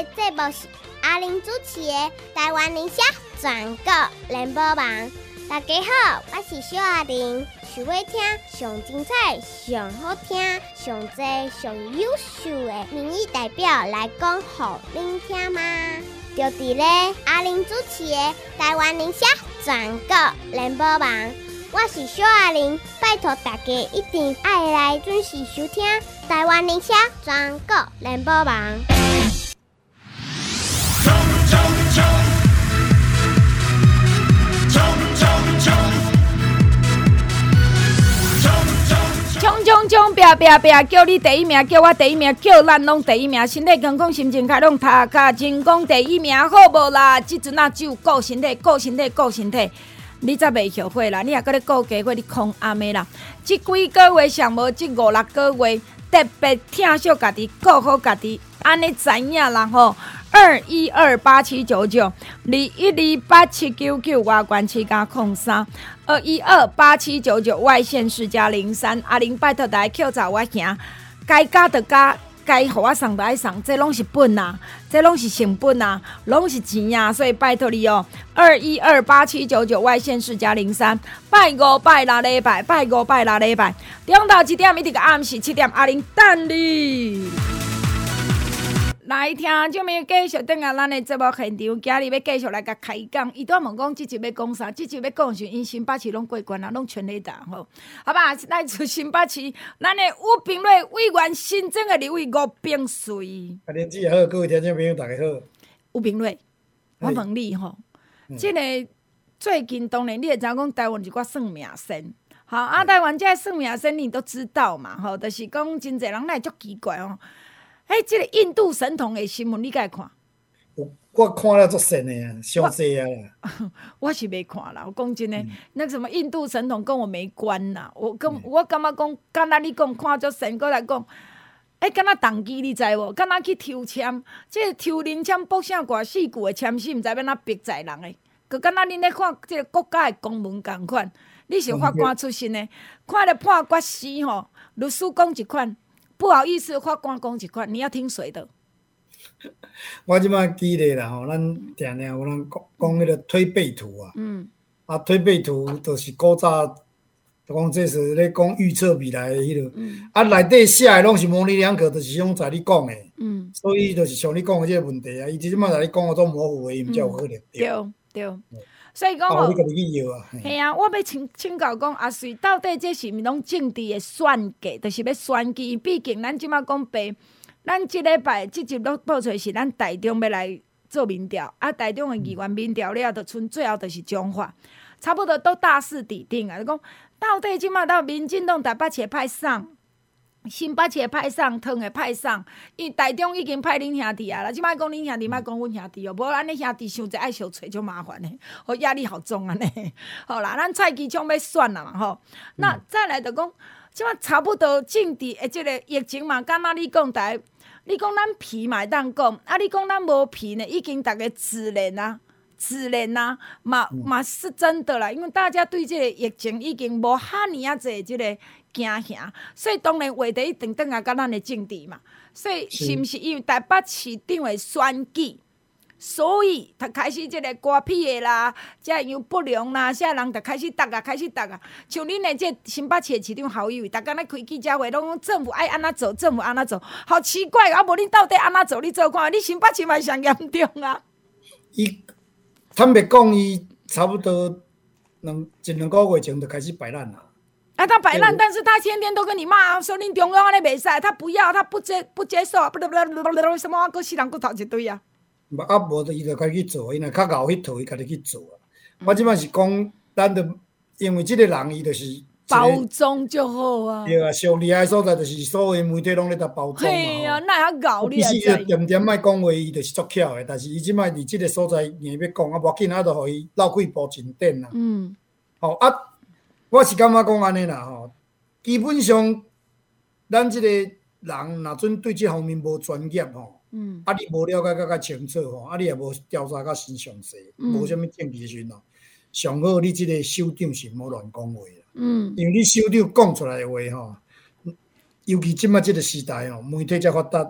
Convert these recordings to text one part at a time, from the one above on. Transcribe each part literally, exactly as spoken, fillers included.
节目是阿玲主持的台湾理社全国联播网。大家好，我是小阿玲。想要听上精彩、上好听、上多、上优秀的民意代表来讲给您听吗？就伫咧阿玲主持的台湾理社全国联播网。我是小阿玲，拜托大家一定要来准时收听台湾理社全国联播网。 冲冲冲！冲冲冲！ 冲冲冲！拼拼拼！叫你第一名，叫我第一名，叫咱拢第一名。身体健康，心情开朗，读甲成功第一名，好无啦？即阵啊，只有顾身体，顾身体，顾身体。你才袂后悔啦！你也搁咧顾家伙，你空暗的啦！即几个月上无即五六个月，特别疼惜家己，顾好家己，安尼知影啦吼！二一二八七九九，二一二八七九九，外关七加空三，二一二八七九九，外线四加零三。阿玲拜托大家扣查我行，该加就加。该互我送就爱送，这拢是本啊，这拢是成本啊，拢是钱啊，所以拜托你哦。二一二八七九九外线四加零三，拜五拜六礼拜，拜五拜六礼拜，中昼一点一直到暗时七点，阿玲等你。来听，就要继续等下咱的节目现场，今日要继续来甲开讲。伊都问讲，即集要讲啥？即集要讲是因新北市拢过关啊，拢全力打吼，好吧？来自新北市，咱的吴秉瑞委员新增的立委吴秉瑞。 啊，连姊也好，各位听众朋友大家好。 吴秉瑞，我问你吼，即、嗯、个最近当然你会知影讲台湾一寡算命先，好啊，台湾这个算命先你都知道嘛，吼，就是讲真侪人来足奇怪哦。哎、欸，这个印度神童的新闻，你敢看？ 我我看了足神的啊，伤济啊啦。 我是没看啦，我讲真的、嗯，那个什么印度神童跟我没关啦。我跟、嗯、我感觉讲，敢若你讲看足神，过来讲，哎、欸，敢若动机你知无？敢若去抽签，这个抽人签卜啥偌四句的签诗，毋知要哪逼在人的。佮敢若恁咧看这个国家的公文共款，你是法官出身的，看了判决诗吼，律师讲一款。不好意思，法官讲一款，你要听谁的？ 我即摆记咧啦吼，咱定定有人讲讲迄个推背图啊。嗯。啊，推背图就是古早，就讲这是咧讲预测未来的迄落。嗯。啊，内底写的拢是模棱两可，就是像在你讲的。嗯。所以就是像你讲的这个问题啊，伊即摆在你讲的都模糊的，伊毋才有可能。 对对。嗯所以讲吼， 哦，你家己去摇啊。 系啊，我要请请教讲，阿水到底这是毋是拢政治的选举，就是要选举？毕竟咱即马讲白，咱即礼拜即集都报出来是咱台中要来做民调，啊，台中的议员民调了，就剩最后就是中华，差不多都大势已定啊。就讲到底即马到民进党台北市派上。新北市派上，汤的派上，因台中已经派恁兄弟啊啦。即摆讲恁兄弟，莫讲阮兄弟哦，无安尼兄弟伤济爱相找就麻烦嘞，好压力好重安尼。好啦，咱蔡其昌要选啦嘛吼。那再来就讲，即摆差不多政治诶，即个疫情嘛，敢若你讲台，你讲咱皮嘛会当讲，啊，你讲咱无皮呢，已经逐个自然啊。自然啊，嘛嘛是真的啦，因为大家对这个疫情已经无哈尼啊侪这个惊吓，所以当然话题一定等下甲咱的政治嘛，所以是毋是因为台北市长的选举，所以他开始这个瓜皮的啦，这样不良啦，现在人就开始打啊，开始打啊，像恁的这新北市的市长侯友宜，逐工咧开记者会，拢讲政府爱安怎做，政府安怎做，好奇怪啊！无恁到底安怎做？你做看，你新北市嘛上严重啊！ 伊坦白讲，伊差不多两一两个月前就开始摆烂了。 啊，他摆烂，但是他天天都跟你骂，说你中央安尼袂使，他不要，他不接不接受，不不不不什么啊，搁死人搁头一堆啊。 啊，无伊就开始做，伊若较熬迄套，伊家己去做啊。嗯、我即摆是讲，咱着因为即个人伊就是包装就好啊。 对啊，上厉害的所在就是所有媒体拢咧搭包装嘛。 嘿啊，那还搞你啊！ 其实伊点点莫讲话，伊就是足巧的，但是伊即摆伫即个所在硬要讲，啊，无紧啊，就互伊绕几步进展啦。嗯。吼、哦、啊，我是感觉讲安尼啦吼，基本上咱即个人若准对即方面无专业吼，嗯，啊，你无了解较较清楚吼，啊，你也无调查较真详细，无啥物证据时吼，上好你即个首长是莫乱讲话啦。嗯，因为你首长讲出来的话吼，尤其即摆即个时代吼，媒体遮发达，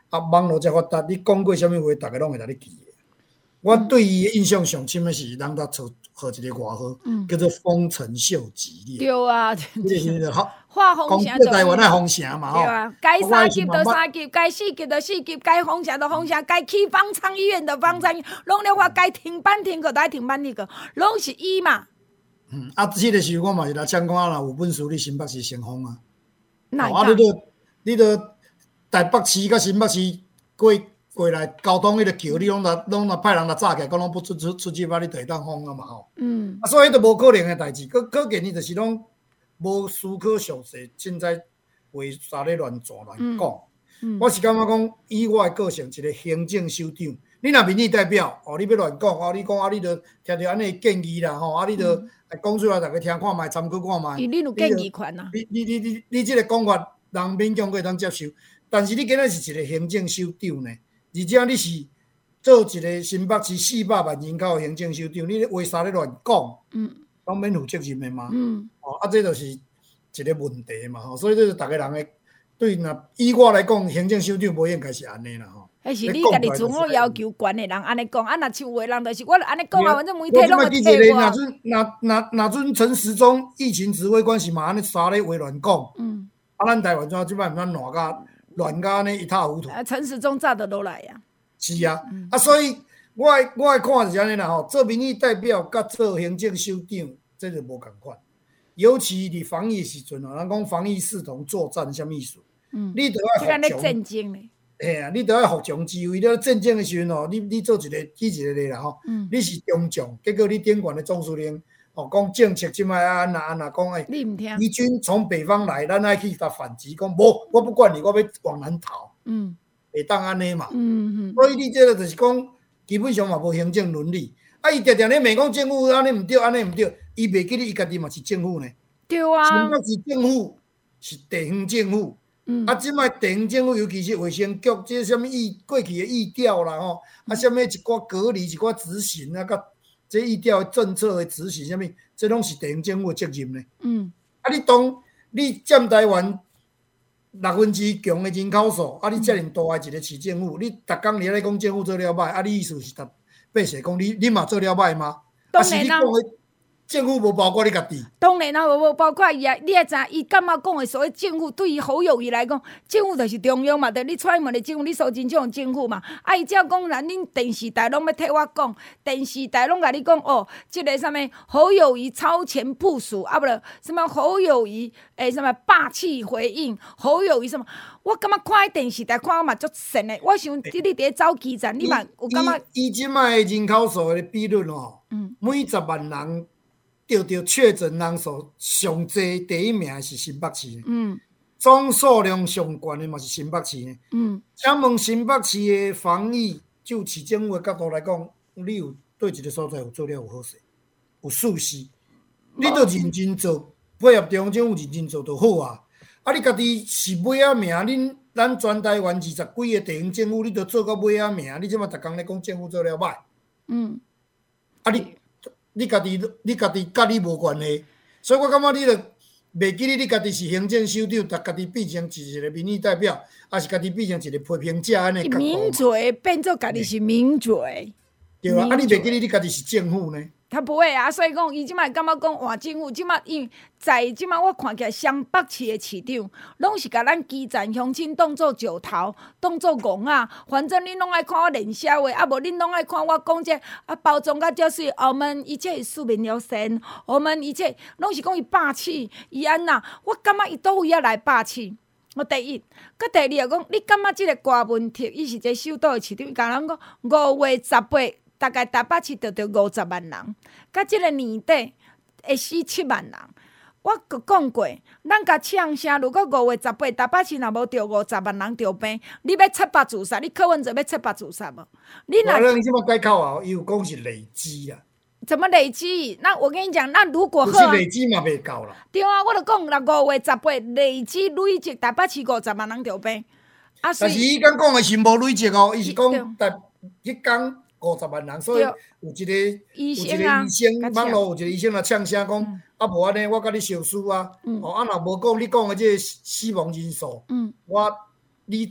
啊，网络才发达，你讲过啥物话，大家拢会甲你记的。我对伊的印象上深的是，人家撮号一个外号，嗯、叫做丰臣秀吉。 对啊， 这是好。 画封城就台湾的封城嘛， 对啊，该三级就三级，该四级就四级，该封城就封城，该去方舱医院就方舱医院，拢咧话该停班停课就爱停班停课，拢是伊嘛。 嗯，啊，迄个时候我嘛是来请讲啦，有本事你新北市先锋啊。 哪啊，你都你都台北市甲新北市过过来交通迄个桥，你拢若拢若派人来炸起来，讲拢不出出出去把你地当封啊嘛吼。嗯。啊，所以都无可能的代志，可可见你就是拢。无思考详细，凊彩为啥咧乱传乱讲？嗯嗯、我是感觉讲，以我的个性，一个行政首长，你若民意代表，哦，你要乱讲，哦，你讲啊，你著听着安尼建议啦，吼，啊，你著讲出来，大家听看觅，参考看觅。 你有建议权啊？ 你你你你你即个讲法，人勉强可以当接受，但是你今仔是一个行政首长呢，而且你是做一个新北市四百万人口的行政首长，你为啥咧乱讲？嗯。当免负责任的嘛，嗯，哦，啊，这就是一个问题嘛，吼，所以这是大家人的对那以我来讲，行政首长无应该是安尼啦，吼。 迄是你家己自我要求悬的人安尼讲，啊，若像有的人就是我安尼讲啊，反正媒体拢会替我。 若阵若若若阵陈时中疫情指挥官是嘛安尼傻咧话乱讲，嗯，啊，咱台湾怎即摆毋通乱甲乱甲安尼一塌糊涂。 啊，陈时中炸得落来呀。 是啊，嗯、啊，所以。我的我的看是安尼啦吼，做民意代表甲做行政首长，这就无共款。尤其伫防疫时阵哦，人讲防疫视同作战，什么意思？嗯，你都要服从。 战争咧。 嘿啊，你都要服从指挥。你战争的时阵哦，你你做一个记一个咧啦吼。嗯。你是中将，结果你顶悬的总司令哦，讲政策即摆啊安那安那讲诶。 你唔听。 敌军从北方来，咱爱去甲反击，讲无，我不管你，我要往南逃。嗯。会当安尼嘛？嗯嗯。所以你这个就是讲。基本上嘛无行政伦理，啊！伊常常咧骂讲政府安尼毋对，安尼毋对，伊袂记得伊家己嘛是政府呢。 对啊。 新北市政府是地方政府，嗯、啊，即摆地方政府尤其是卫生局，即什物意过去的意调啦吼，啊，什物一寡隔离、一寡执行啊，甲这意调政策的执行，什物，这拢是地方政府的责任呢。嗯。啊，你当你占台湾。六分之一强的人口数，啊！你遮尔大的一个市政府，你逐工你咧讲政府做了歹，啊！你意思是甲百姓讲你你嘛做了歹吗？ 当然啦。 政府无包括你家己。 当然啦，无包括伊啊！你也知，伊感觉讲的所谓政府，对于侯友宜来讲，政府就是中央嘛，对，你出门的政府，你苏贞昌政府嘛。啊，伊只要讲啦，恁电视台拢要替我讲，电视台拢甲你讲哦，即、这个啥物侯友宜超前部署，啊，不了什么侯友宜诶，什么霸气回应，侯友宜什么，我感觉看电视台看嘛足神的。我想你你伫走基站，你嘛有感觉？ 伊即摆人口数的比率哦，嗯、每十万人。得到确诊人数上济第一名是新北市，嗯，总数量上悬的嘛是新北市呢，嗯，请问新北市的防疫，就市政府的角度来讲，你有对一个所在有做了有好势，有措施，你都认真做，配合地方政府认真做就好啊。啊，你家己是尾仔名，恁咱全台湾二十几个地方政府，你都做到尾仔名，你即马逐工咧讲政府做了歹，嗯，啊你。你家己，你家己甲你无关系，所以我感觉你著袂记得你家己是行政首长，但家己变成是一个民意代表，还是家己变成一个批评者安尼。 名嘴变做家己是名嘴， 对啊，啊你袂记得你家己是政府呢？ 他不会啊，所以讲伊即摆感觉讲换政府，即摆因在即摆我看起来湘北市的市长，拢是甲咱基层乡亲当做石头，当做戆啊。反正恁拢爱看我练笑话，啊无恁拢爱看我讲这啊包装甲遮水，我们一切素面有神，我们一切拢是讲伊霸气，伊安那，我感觉伊倒位啊来霸气。我第一，佮第二讲，你感觉即个郭文婷，伊是一个首都的市长，伊甲人讲五月十八。大概台北市就着五十万人，甲即个年底会死七万人。我佮讲过，咱甲呛声，如果五月十八台北市若无着五十万人着病，你要七八自杀，你柯文哲要七八自杀无？你若你即么改口啊？伊有讲是累积啊。 怎么累积？那我跟你讲，那如果好、啊，是累积嘛袂够啦。 对啊，我就讲，若五月十八累积累积台北市五十万人着病。 啊，但是伊刚讲的是无累积哦，伊是讲台迄工。五十万人，所以有一个医生、 有一个医生，网络有一个医生来呛声讲，嗯、啊无安尼，我甲你相输啊，嗯、哦啊若无讲你讲的这个死亡人数，嗯、我你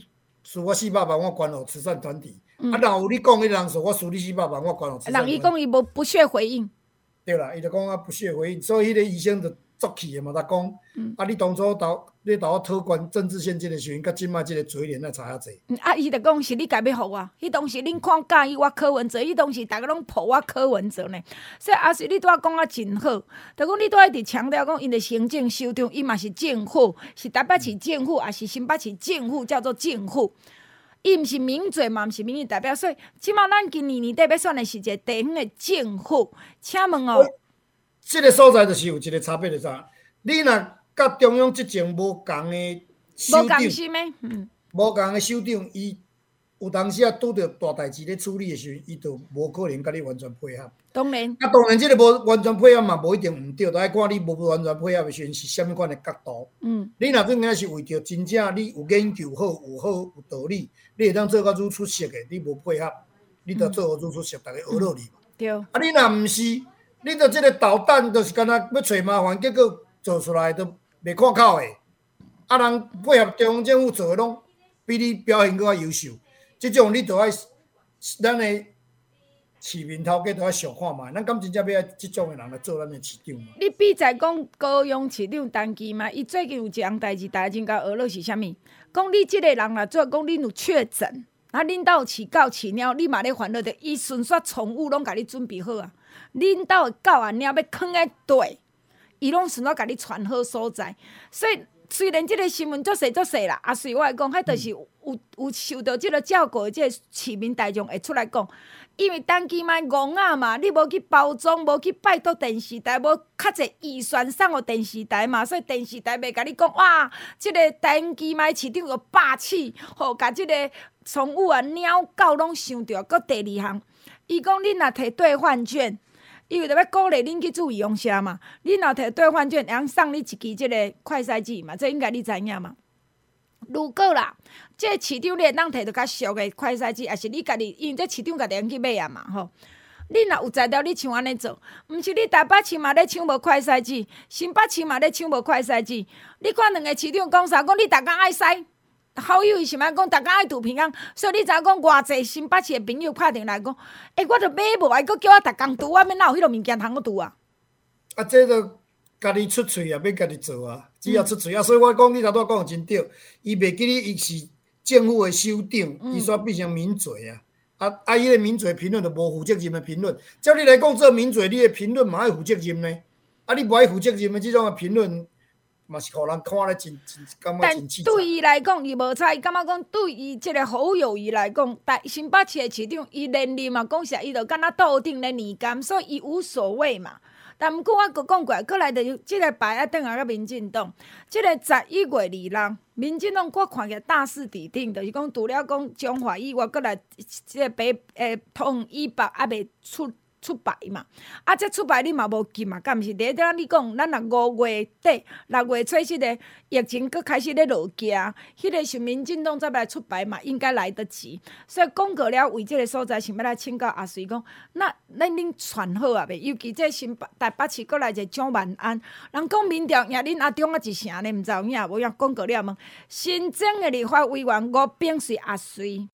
输我四百万，我捐互慈善团体。嗯、啊，若有你讲迄人说我输你四百万，我捐互慈善团体。 人伊讲伊无不屑回应。 对啦，伊就讲啊不屑回应，所以迄个医生就作气的嘛，他讲、嗯、啊，你当初投你投我讨捐政治献金的时阵，甲即摆即个嘴脸那差遐济。 啊，伊就讲是你家要互我，迄当时恁看介意我柯文哲，迄当时大家拢抱我柯文哲呢。所以阿水你拄仔讲啊真好，就讲你拄仔一直强调讲，因的行政首长，伊嘛是政府，是台北市政府，也是新北市政府，叫做政府。伊毋是民嘴嘛，毋是民意代表，所以即马咱今年年底要选的是一个地方的政府。请问哦， 即、这个所在就是有一个差别，就啥？你若甲中央执政无共的首长，无共心的，嗯， 无共的首长，伊有当时啊拄着大代志咧处理的时候，伊就无可能甲你完全配合。 当然， 啊，当然，即个无完全配合嘛，无一定毋对，就爱看你无完全配合的时阵是啥物款的角度。嗯，你若真正是为着真正你有研究好、有好有道理，你会当做甲愈出色的，你无配合，你着做互愈出色，逐个学落去嘛。 对。 啊，你若毋是，你着即个导弹，就是干那要找麻烦，结果做出来都袂看口的。啊，人配合中央政府做的拢比你表现搁较优秀，即种你着爱咱的。市民头家都要想看嘛，咱敢真正要即种的人来做咱的市长嘛？ 你比在讲高雄市长陈其迈，伊最近有一项代志，大家真甲学了是啥物？讲你即个人啦，做讲恁有确诊，啊，恁兜有饲狗饲猫，你嘛咧烦恼着，伊顺续宠物拢甲你准备好啊。恁兜的狗啊、猫要囥在地，伊拢顺续甲你传好所在。所以虽然即个新闻足细足细啦，啊，随我来讲，迄就是有、嗯、有受到即个照顾的即个市民大众会出来讲。因为陈其迈戆仔嘛，你无去包装，无去拜托电视台，无较侪预算送互电视台嘛，所以电视台袂甲你讲哇，即、这个陈其迈市长有霸气，吼，甲即个宠物啊、猫狗拢想着。搁第二项，伊讲恁若摕兑换券，伊为着要鼓励恁去注意用啥嘛，恁若摕兑换券，会通送你一支即个快筛剂嘛，这应该你知影嘛。如果啦，这个市长你会当摕到较俗的快筛剂，也是你家己，因为这市长家己去买啊嘛吼。你若有才调，你像安尼做，毋是你台北市嘛咧抢无快筛剂，新北市嘛咧抢无快筛剂。你看两个市长讲啥？讲你逐工爱筛，好友伊想要讲逐工爱拄平安，所以你知影讲偌济新北市的朋友拍电来讲，诶、欸，我着买无，还佫叫我逐工拄，我免哪有迄落物件通我拄啊？ 啊，这个。家己出喙也要家己做啊，只要出喙、嗯、啊，所以我讲你头拄讲真对，伊袂记你伊是政府的首长，伊煞变成名嘴啊，啊啊，伊个名嘴评论就无负责任的评论。照你来讲，做名嘴，你的评论嘛爱负责任呢？啊，你无爱负责任的这种的评论，嘛是互人看咧真真感觉真气。但对伊来讲，伊无差，伊感觉讲对伊即个好友伊来讲，但新北市的市长伊连任嘛，讲实伊就敢若桌顶咧年干，所以伊无所谓嘛。但毋过我阁讲过，过来就即个牌啊，转来个民进党，即个十一月二日，民进党我看起来大势已定，就是讲除了讲中华以外，过来即个北诶统一北还袂出出牌嘛。啊，这出牌你嘛无记嘛，敢毋是？第一点你讲，咱若五月底、六月初七个疫情佫开始咧落行，迄个是民进党再来出牌嘛，应该来得及。所以讲过了，为即个所在想要来请教阿水讲，那咱恁传好啊袂？尤其这新北台北市过来一个蒋万安，人讲民调赢恁阿中啊一成呢，毋知有影无？讲过了问，新增的立法委员吴秉叡阿水。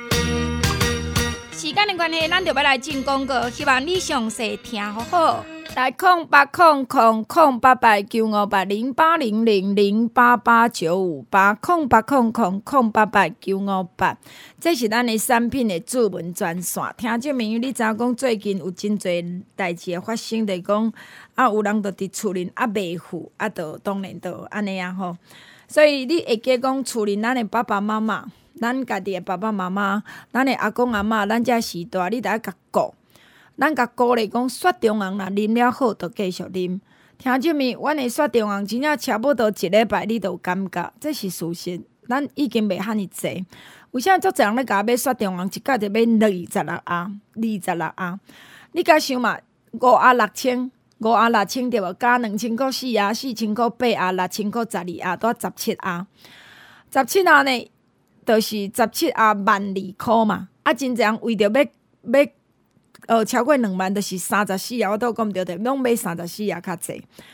时间的关系，咱就要来进广告，希望你详细听好好。来空八空空空八八九五八零八零零零八八九五八空八空空空八八九五八，这是咱的产品的主文专线。听这朋友，你知影讲最近有真侪代志的发生，就是讲啊，有人就伫厝里啊袂赴，啊，就当然就安尼啊吼。所以你会记讲厝里咱的爸爸妈妈。咱家己的爸爸妈妈，咱的阿公阿嬷，咱遮时代，你得爱甲顾。咱甲鼓励讲，雪中红若啉了好，就继续啉。听这面，阮的雪中红真正差不多一礼拜，你就有感觉，这是事实。咱已经袂遐尼济。为啥足侪人咧甲买雪中红，一届就买二十六盒、二十六盒？你甲想嘛，五盒六千，五盒六千对无？加两千块四盒，四千块八盒，六千块十二盒，拄十七盒。十七盒呢？就是十七啊万二箍嘛，啊真侪人为着要要呃超过两万，就是三十四啊，我都讲毋对的，拢买三十四啊较济。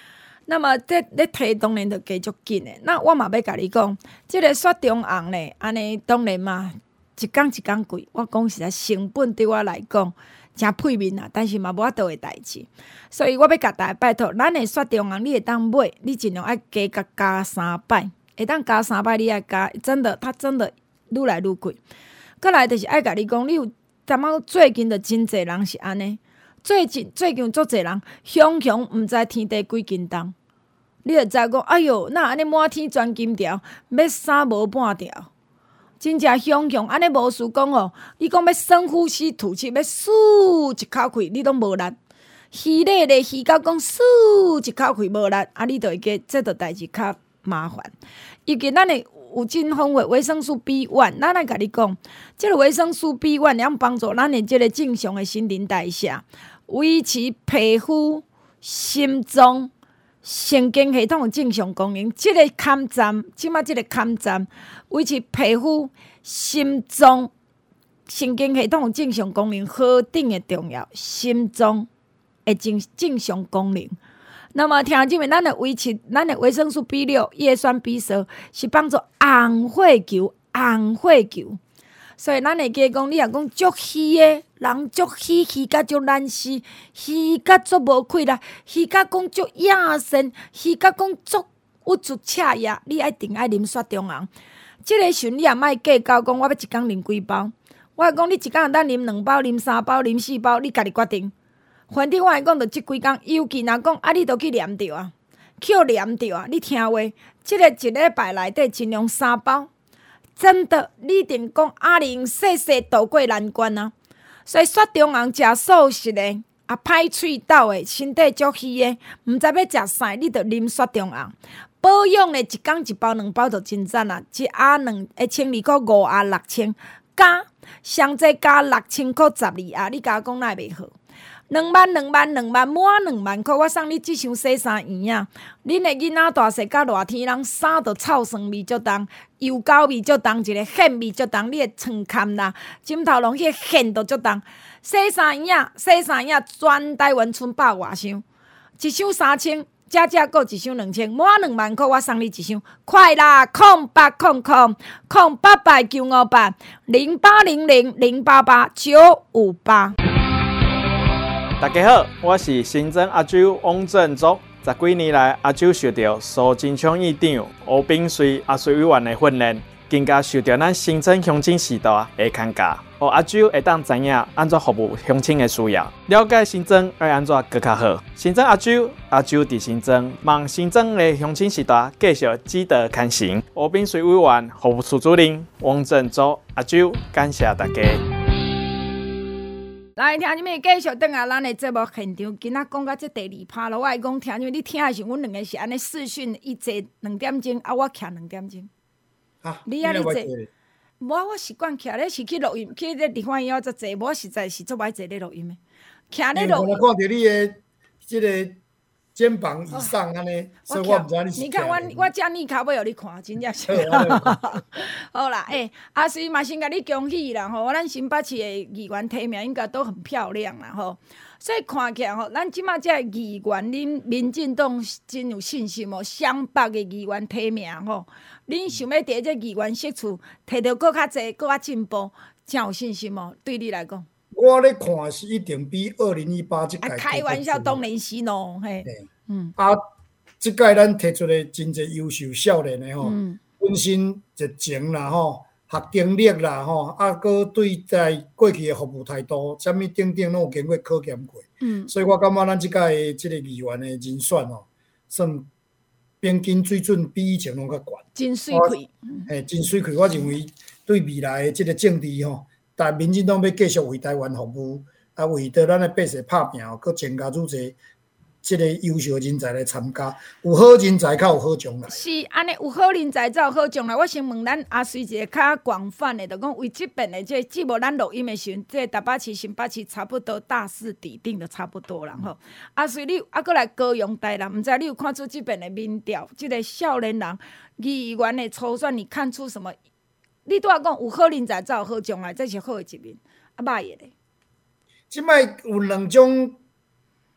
那么这咧提当然就加足紧诶。那我嘛要甲你讲，即、这个雪中红咧，安尼当然嘛，一工一工贵。我讲实在，成本对我来讲真配面啊，但是嘛无法度诶代志。所以我要甲大家拜托，咱诶雪中红你会当买，你尽量爱加甲加三摆，会当加三摆你爱加，真的，它真的愈来愈贵。过来就是爱甲你讲，你有感觉最近就真侪人是安尼。最近最近足侪人雄雄毋知天地几斤重，你就知讲，哎哟，那安尼满天钻金条，要三无半条，真正雄雄安尼无事讲哦。你讲要深呼吸吐气，要咻一口气，你拢无力。鱼咧咧，鱼到讲咻一口气无力，啊，你就会记这个代志较麻烦。尤其咱的有真丰富维生素 B 一， 咱来甲你讲，即、这个维生素 B 一 会帮助咱的即个正常的新陈代谢。维持皮肤、心脏、神经系统正常功能，即、这个抗战，即马即个抗战，维持皮肤、心脏、神经系统正常功能何等的重要，心脏的正正常功能。那么，听姐妹，咱的维持，咱的维生素 B 六、叶酸 B 十二是帮助红血球、红血球。所以，咱会记讲，你若讲足虚的人，足虚虚甲足难死，虚甲足无气力，虚甲讲足野生，虚甲讲足有足赤野，你爱定爱啉雪中红。即、这个时你也莫计较讲，我要一工啉几包。我讲你一工当啉两包、啉三包、啉四包，你家己决定。反正我来讲，就即几工，尤其若讲啊，你都去念着啊，去念着啊，你听话，即、这个一礼拜内底尽量三包。真的，你一定讲阿玲细细渡过难关啊！所以雪中红食素食的，啊歹喙斗的，身体足虚的，毋知要食啥，你着啉雪中红。保养的一工一包两包就真赞啊！一盒两一千二块，五盒六千，加上济加六千块十二盒，你甲我讲哪会袂好？两万两万两万满两万块，我送你即箱洗衫圆啊！恁的囡仔大细，甲热天人衫着臭酸味足重，油膏味足重，一个馅味足重，你的床坎啦、枕头拢迄个馅着足重。洗衫圆啊，洗衫圆全台湾剩百外箱，一箱三千，加加购一箱两千，满两万块，我送你一箱。快啦，空八空空空八八九五八零八零零零八八九五八。 大家好，我是新增阿周王振族。十几年来，阿周受到苏贞昌院长吴秉绥阿水委员的训练，更加受到咱新增乡亲时代的看教，互阿周会当知影安怎服务乡亲的需要，了解新增要安怎更较好。新增阿周，阿周伫新增，望新增的乡亲时代继续积德看行。吴秉绥委员、服务处主任王振族阿周，感谢大家。 来，听你们继续转来咱的节目现场。今仔讲到这第二趴了，我会讲听你们，你听的时，阮两个是安尼视讯，伊坐两点钟，啊，我徛两点钟。 啊， 你啊，你坐？无，我习惯徛咧是去录音，去咧地方以后才坐。无，实在是做歹坐咧录音的，徛咧录音。 我看到你的这个肩膀以上安尼，所以我毋知你是。 你看我我遮尼骹尾互你看，真正是。好啦，诶、欸，阿水嘛先甲你恭喜啦吼，咱新北市的议员提名应该都很漂亮啦吼，所以看起来吼，咱即马这议员，恁民进党真有信心哦，湘北的议员提名吼，恁想要伫这议员室处摕到搁较济、搁较进步，真有信心哦，对你来讲。 我咧看是一定比二零一八这届、啊。 开玩笑，当然是咯，嘿。嗯。 啊，这届咱提出的真侪优秀少年的吼，嗯、本身热情啦吼，学经历啦吼，啊，搁对在过去的服务态度，啥物等等拢有经过考验过。嗯。所以我感觉咱这届的这个议员的人选吼，算平均水准比以前拢较悬。 真水气。 嘿，真水气，我认为对未来的这个政治吼。但民进党要继续为台湾服务，啊，为着咱的百姓拍拼，佮增加愈侪即个优秀人才来参加。有好人才，较有好将来。 是安尼，有好人才才有好将来。我先问咱阿水一个较广泛的，就讲为即边的这只无咱录音的时阵，这台北市、新北市差不多大势底定的差不多啦吼。嗯、阿水你啊，过来高雄台南，毋知你有看出即边的民调，即、这个少年人议员的初选，你看出什么？你拄仔讲有好人才才有好将来，这是好的一面，啊歹的咧。 即摆有两种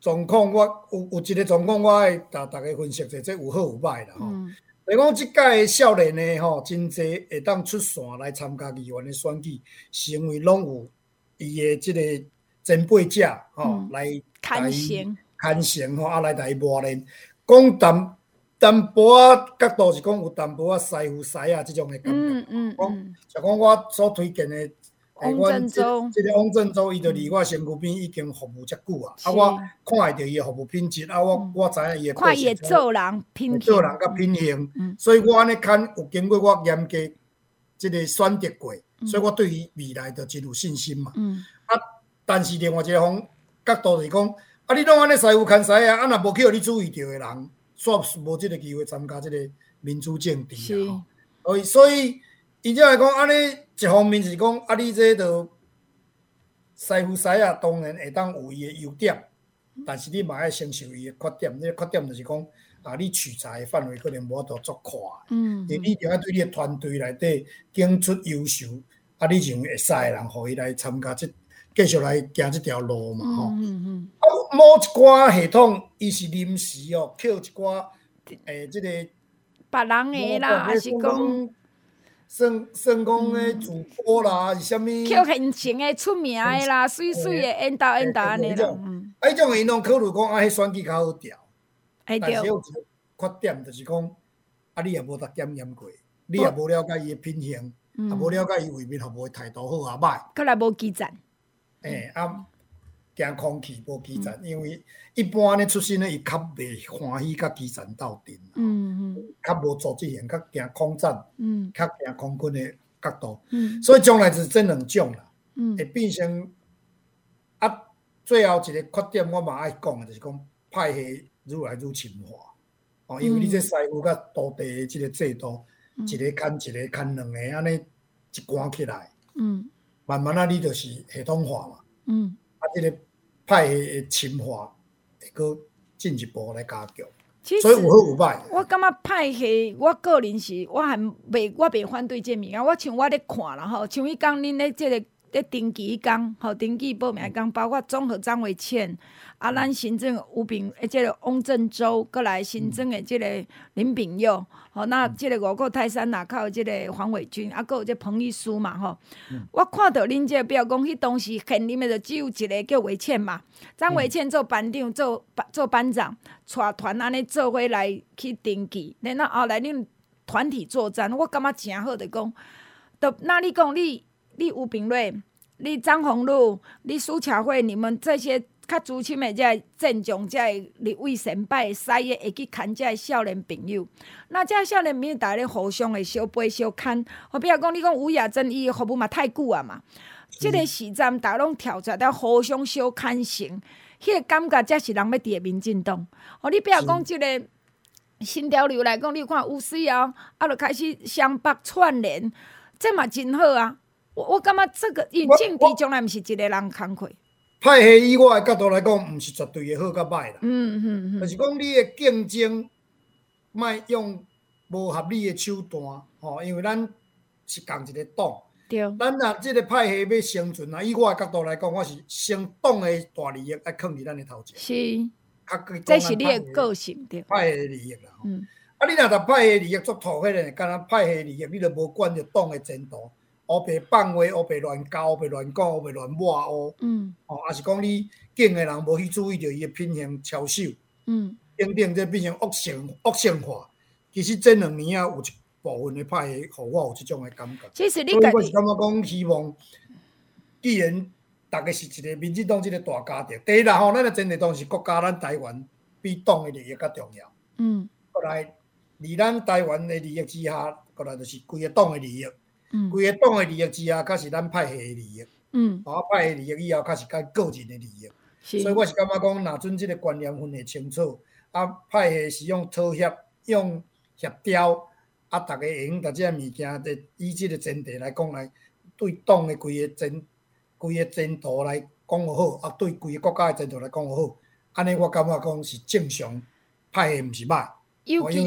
状况，我有有一个状况，我爱甲大家分析者，这有好有歹啦吼。就讲即届少年的吼，真侪会当出线来参加议员的选举，是因为拢有伊的即个前辈者吼、嗯、来看成看成吼，啊来来磨练。讲淡淡薄仔角度是讲有淡薄仔师傅师啊，即种的感觉。嗯嗯嗯。像讲我所推荐的。 汪振洲， 即个汪振洲，伊就离我身躯边已经服务遮久啊！啊，我看会着伊的服务品质，啊，我我知影伊的看伊做人品行， 做人甲品行，所以我安尼看有经过我严格即个选择过，所以我对于未来就真有信心嘛。啊，但是另外一个方角度是讲，啊，你拢安尼师傅牵师啊，啊，若无去互你注意到的人，煞无即个机会参加即个民主政治啊。所以，所以。伊则来讲，安尼一方面是讲，啊，你这个师傅师啊，当然会当有伊的优点，但是你嘛爱承受伊的缺点。你缺点就是讲，啊，你取材的范围可能无法度足宽，嗯，你一定要对你的团队内底拣出优秀，啊，你认为会使的人，互伊来参加这继续来行这条路嘛，吼、嗯。嗯嗯。啊，某一寡系统，伊是临时哦，扣一寡诶，即、这个别人的啦，还是讲。 算算讲诶，主播啦，是啥物？ 扣现成诶，出名诶啦，水水诶，演导演导安尼啦。 啊，迄种因拢考虑讲，啊，迄选举较好调。 哎对。 但是有一个缺点，就是讲，啊，你也无得检验过，你也无了解伊诶品行，也无了解伊为民服务诶态度好啊歹。 过来无基层。 诶，啊，惊空气无基层，因为一般咧出身咧，伊较袂欢喜甲基层斗阵。嗯嗯。较无组织型，较惊空战，嗯，较惊空军的角度，嗯，所以将来就是这两种啦，嗯，会变成啊，最后一个缺点我嘛爱讲的，就是讲派系愈来愈深化，哦，因为你这师傅甲土地的这个制度，嗯、一个牵一个牵两个，安尼一关起来，嗯，慢慢啊，你就是系统化嘛，嗯，啊，这个派系的深化会搁进一步来加强。所以有好有歹。 我感觉派系，我个人是，我还袂，我袂反对这物件。我像我咧看啦吼，像迄讲恁咧即个咧登记迄讲，吼登记报名迄讲，包括综合张维倩，啊，咱新增吴炳，诶，即个翁振洲，过来新增的即个林炳佑，吼，那即个五股泰山那靠即个黄伟军，啊，佫有即彭玉书嘛，吼。嗯、我看到恁即个表讲，迄当时现任的就只有一个叫维倩嘛，张维倩做班长，做做班长。带团安尼做伙来去登记，然后后来恁团体作战，我感觉真好。就讲，就那你讲你你吴炳瑞、你张宏禄、你苏巧慧，你们这些较资深的这镇长、这立委先拜师的，会去牵这少年朋友。那这少年朋友大家咧互相的相陪相牵。我比如讲，你讲吴雅珍伊服务嘛太久啊嘛，即、这个时站大家拢跳出来，互相相牵成。迄个感觉才是人要伫民进党。哦，你比如讲即个新潮流来讲，你看有时哦，啊，就开始湘北串联，这嘛真好啊！我我感觉这个因政治从来毋是一个人工课。 派系以我的角度来讲，毋是绝对的好甲歹啦。嗯嗯嗯。就是讲你的竞争，莫用无合理的手段，吼，因为咱是共一个党。对，咱若即个派系要生存啊，以我的角度来讲，我是先党的大利益爱放伫咱的头前。 是，这是你的个性对。 派系的利益啦，嗯，啊，你若逐派系利益做妥迄个，敢若派系利益，你就无管着党的前途，乌白放话，乌白乱教，乌白乱讲，乌白乱抹乌，嗯，哦，也是讲你敬的人无去注意到伊的品行操守，嗯，等等，这变成恶性恶性化。其实这两年啊，有一部分的派系，互我有即种的感觉。 其实你所以我是感觉讲，希望既然大家是一个民进党即个大家庭，第一啦吼，咱的前提当是国家，咱台湾比党的利益较重要。嗯。过来，伫咱台湾的利益之下，过来就是规个党的利益。嗯。规个党的利益之下，才是咱派系的利益。嗯。啊，派系利益以后，才是咱个人的利益。是。所以我是感觉讲，若阵即个观念分得清楚，啊，派系是用妥协、用协调。啊，大家会用，把这物件的以这个前提来讲，来对党的规个前规个前途来讲好，啊，对规个国家的前途来讲好，安尼我感觉讲是正常，派系毋是歹。 尤其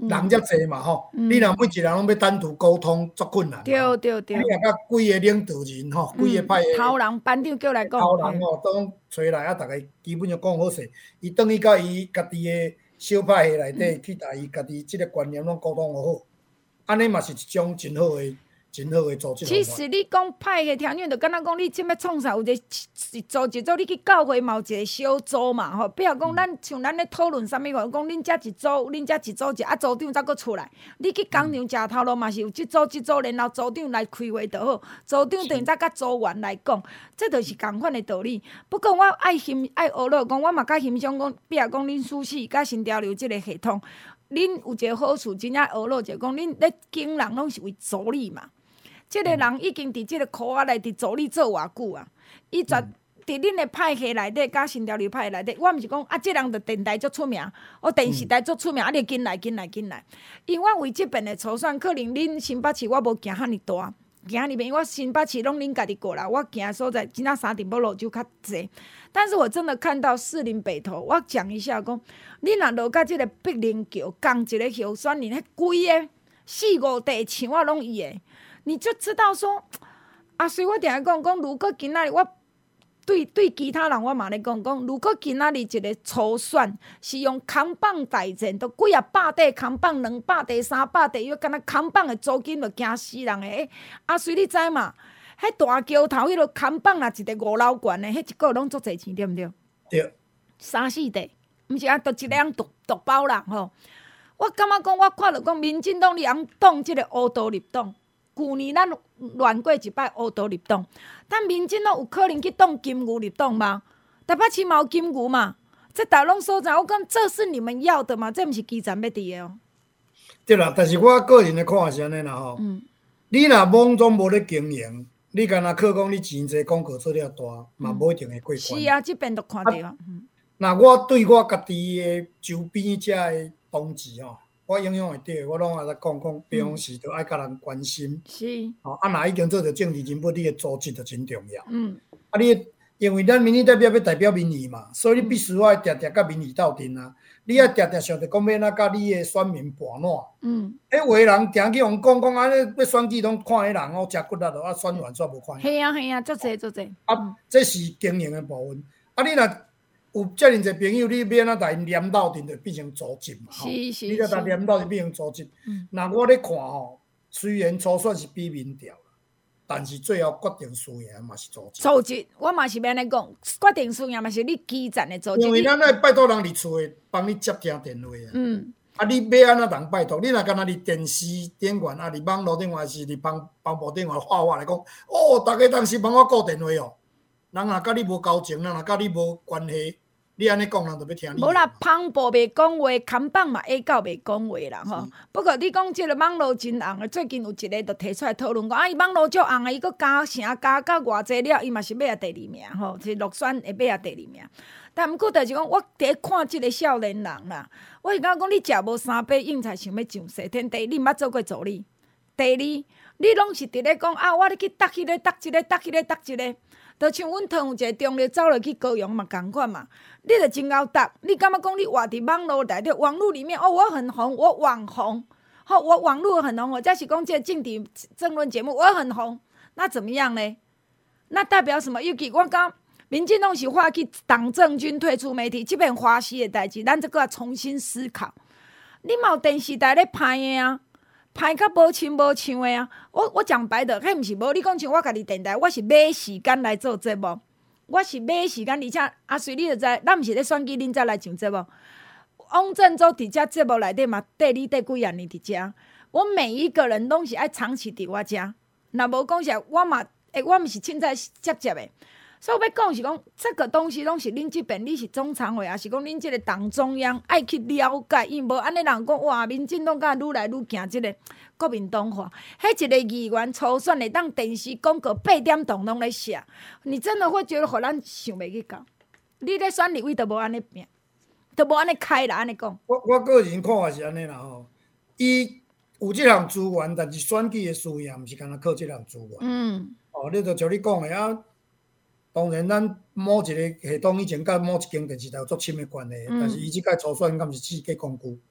人遮济嘛吼， 嗯你若每一个人拢要单独沟通，足困难。 对对对你，若甲几个领导人吼，几个派嗯头人班长叫来讲， 头人吼，都找来啊，逐个基本上讲好势，伊等于甲伊家己的小派系内底去，甲伊家己即个观念拢沟通好好，安尼嘛是一种真好的、真好的组织方法。 其实你讲派个条件，就敢若讲你即摆创啥，有一个组一组，你去教会嘛有一个小组嘛吼。比如讲，咱像咱咧讨论啥物话，讲恁遮一组，恁遮一组者，啊组长才佫出来。你去工厂食头路嘛是有即组即组，然后组长来开会就好。组长等于才甲组员来讲，这就是共款的道理。不过我爱欣爱学乐讲，我嘛较欣赏讲，比如讲恁苏系甲新潮流即个系统，恁有一个好处，真正学乐就讲，恁咧经人拢是为助力嘛。即个人已经伫即个科学内伫助理做偌久啊？伊绝伫恁的派系内底，甲新潮流派系内底，我毋是讲啊，即人着电台足出名，哦电视台足出名，啊你紧来紧来紧来。因为我为即边的筹算，可能恁新北市我无行遐尼大，行遐尼远，我新北市拢恁家己过来，我行的所在真正三点五路就较济。但是我真的看到士林北投，我讲一下讲，你若落到即个碧林桥，共一个候选人，迄规个四五地墙啊拢伊的。你就知道说，啊，所以我定下讲讲，如果今仔日我对对其他人我嘛咧讲讲，如果今仔日一个初选是用扛棒大战，都几啊百块扛棒、两百块、三百块，又敢若扛棒的租金就惊死人诶！啊，所以你知嘛？迄大桥头迄落扛棒啦，一个五楼悬的，迄一个拢足侪钱，对毋对？ 对。 三四地，毋是啊，都一个人独独包人吼。我感觉讲，我看着讲，民进党你通挡即个乌道入党。去年咱乱过一摆乌道入党，但民进党有可能去挡金牛入党吗？台北市嘛有金牛嘛？这大拢所在，我讲这是你们要的吗？这毋是基层要伫的哦。 对啦，但是我个人的看法是安尼啦吼。 嗯。 你若莽总无咧经营，你敢若靠讲你钱济广告做了大，嘛无一定会过关。 是啊，即边都看到啊。嗯。 那我对我家己的周边遮的同志吼。我影响会到，我拢会来讲讲，比方是着爱甲人关心。 是。 哦，啊，若已经做着政治人物，你的组织就真重要。 嗯。 啊，你因为咱民意代表要代表民意嘛，所以你必须要定定甲民意斗阵啊。你要定定想着讲要哪甲你的选民盘烂。嗯。迄有的人定去互讲讲，安尼要选举拢看迄人哦，食骨力咯，啊，选完煞无看。 系啊系啊，足济足济。 啊，这是经营的部分。啊，你若有遮尔侪朋友，你要哪来黏斗阵，就变成组织嘛。 是是。 你若来黏斗就变成组织。那我咧看吼，虽然初选是比民调，但是最后决定输赢嘛是组织。 组织，我嘛是要安尼讲，决定输赢嘛是你基层的组织。 因为咱爱拜托人伫厝诶，帮你接听电话啊。嗯。啊，你要安怎人拜托？你若敢若伫电视顶悬啊，伫网络顶悬是伫帮帮部顶悬画画来讲，哦，大家当时帮我顾电话哦。人若甲你无交情，人若甲你无关系。你安尼讲，人就要听你。 无啦，旁部袂讲话，看板嘛下到袂讲话啦吼。不过你讲即个网络真红的，最近有一个就提出来讨论讲，啊，伊网络足红的，伊佫加成加到偌济了，伊嘛是要啊第二名吼，是落选会要啊第二名。但毋过就是讲，我伫看即个少年人啦，我是感觉讲，你食无三百硬才想要上西天。第一，你毋捌做过助理；第二，你拢是伫咧讲啊，我咧去搭迄个搭一个搭迄个搭一个。就像阮堂有一个中立走落去高雄嘛，共款嘛。你着真够搭，你感觉讲你活伫网络内底，网络里面哦，我很红，我网红，好，我网络很红，或者是讲这个政治政论节目我很红，那怎么样呢？那代表什么？尤其我讲民进党是发起党政军退出媒体，这边花絮的代志，咱这个要重新思考。你嘛有电视台咧拍的啊？歹甲无亲无像的啊！我我讲白的，迄毋是无。你讲像我家己电台，我是买时间来做节目，我是买时间，而且啊，随你就知，咱毋是咧选举，恁才来上节目。汪振洲伫遮节目内底嘛，缀你缀几啊年伫遮。我每一个人拢是爱长期伫我遮，若无讲实，我嘛，诶，我毋是凊彩接接的。所以我要讲是讲，这个东西拢是恁这边，你是中常委，也是讲恁这个党中央爱去了解，因无安尼人讲哇，民进党甲愈来愈行这个国民党化，迄一个议员初选会当电视广告八点钟拢咧写，你真的会觉得互咱想袂去到。你咧选立委都无安尼拼，都无安尼开啦，安尼讲。 我我个人看法是安尼啦吼，伊有即项资源，但是选举的需要，毋是干那靠即项资源。嗯。哦，你就像你讲的啊。当然，咱某一个系统以前甲某一间电视台有足深的关系，嗯、但是伊即届初选敢是四个工具。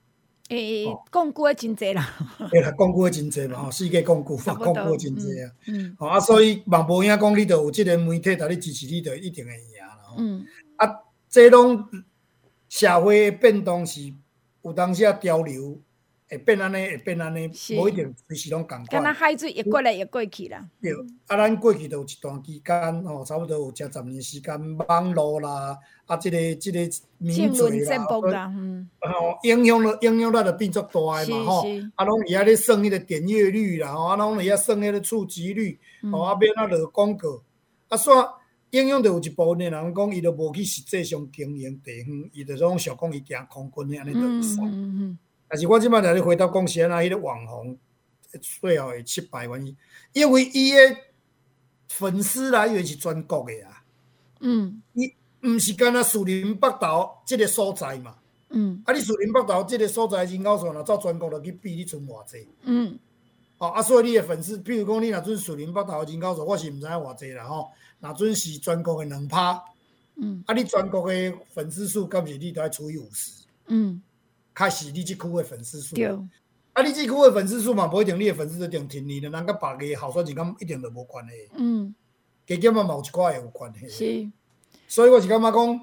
诶，讲久诶真济啦。 对啦，讲久诶真济嘛，吼，世界讲久，讲久诶真济啊。 嗯。 吼、嗯、啊，所以嘛无影讲你著有即个媒体甲你支持，你著一定会赢啦。嗯。啊，这拢社会诶变动是有当时啊潮流会变安尼，会变安尼，无一定随时拢共款。 敢若海水一过来，一过去啦。 对，啊，咱过去著有一段期间，吼、哦，差不多有正十年时间，网络啦，啊，即、这个即、这个名嘴啦， 啦嗯， 吼、哦，影响了影响咱就变足大诶嘛，吼，啊，拢伊遐咧算迄个点阅率啦，吼，啊，拢伊遐算迄个触及率，吼、嗯，啊，免啊落广告，啊，煞影响着有一部分诶人讲，伊著无去实际上经营地方，伊著总想讲伊行空军安尼著会使。嗯嗯嗯。但是我即摆来咧回答讲是安那迄个网红。最后会失败原因，因为伊的粉丝啦，因为是全国的啊。嗯。伊毋是干那树林北投即个所在嘛。嗯。啊，你树林北投即个所在人口数，若照全国落去比，你剩偌济？嗯。哦，啊，所以你的粉丝，譬如讲你若准树林北投人口数，我是毋知影偌济啦吼。若准是全国的两趴。嗯。啊，你全国的粉丝数，敢是你都要除以五十。嗯。开始你即区的粉丝数。对。啊！你这区的粉丝数嘛，无一定你的粉丝一定听你的，人甲别个候选人敢一定就无关系。嗯，加减嘛，有一寡会有关系。是，所以我是感觉讲，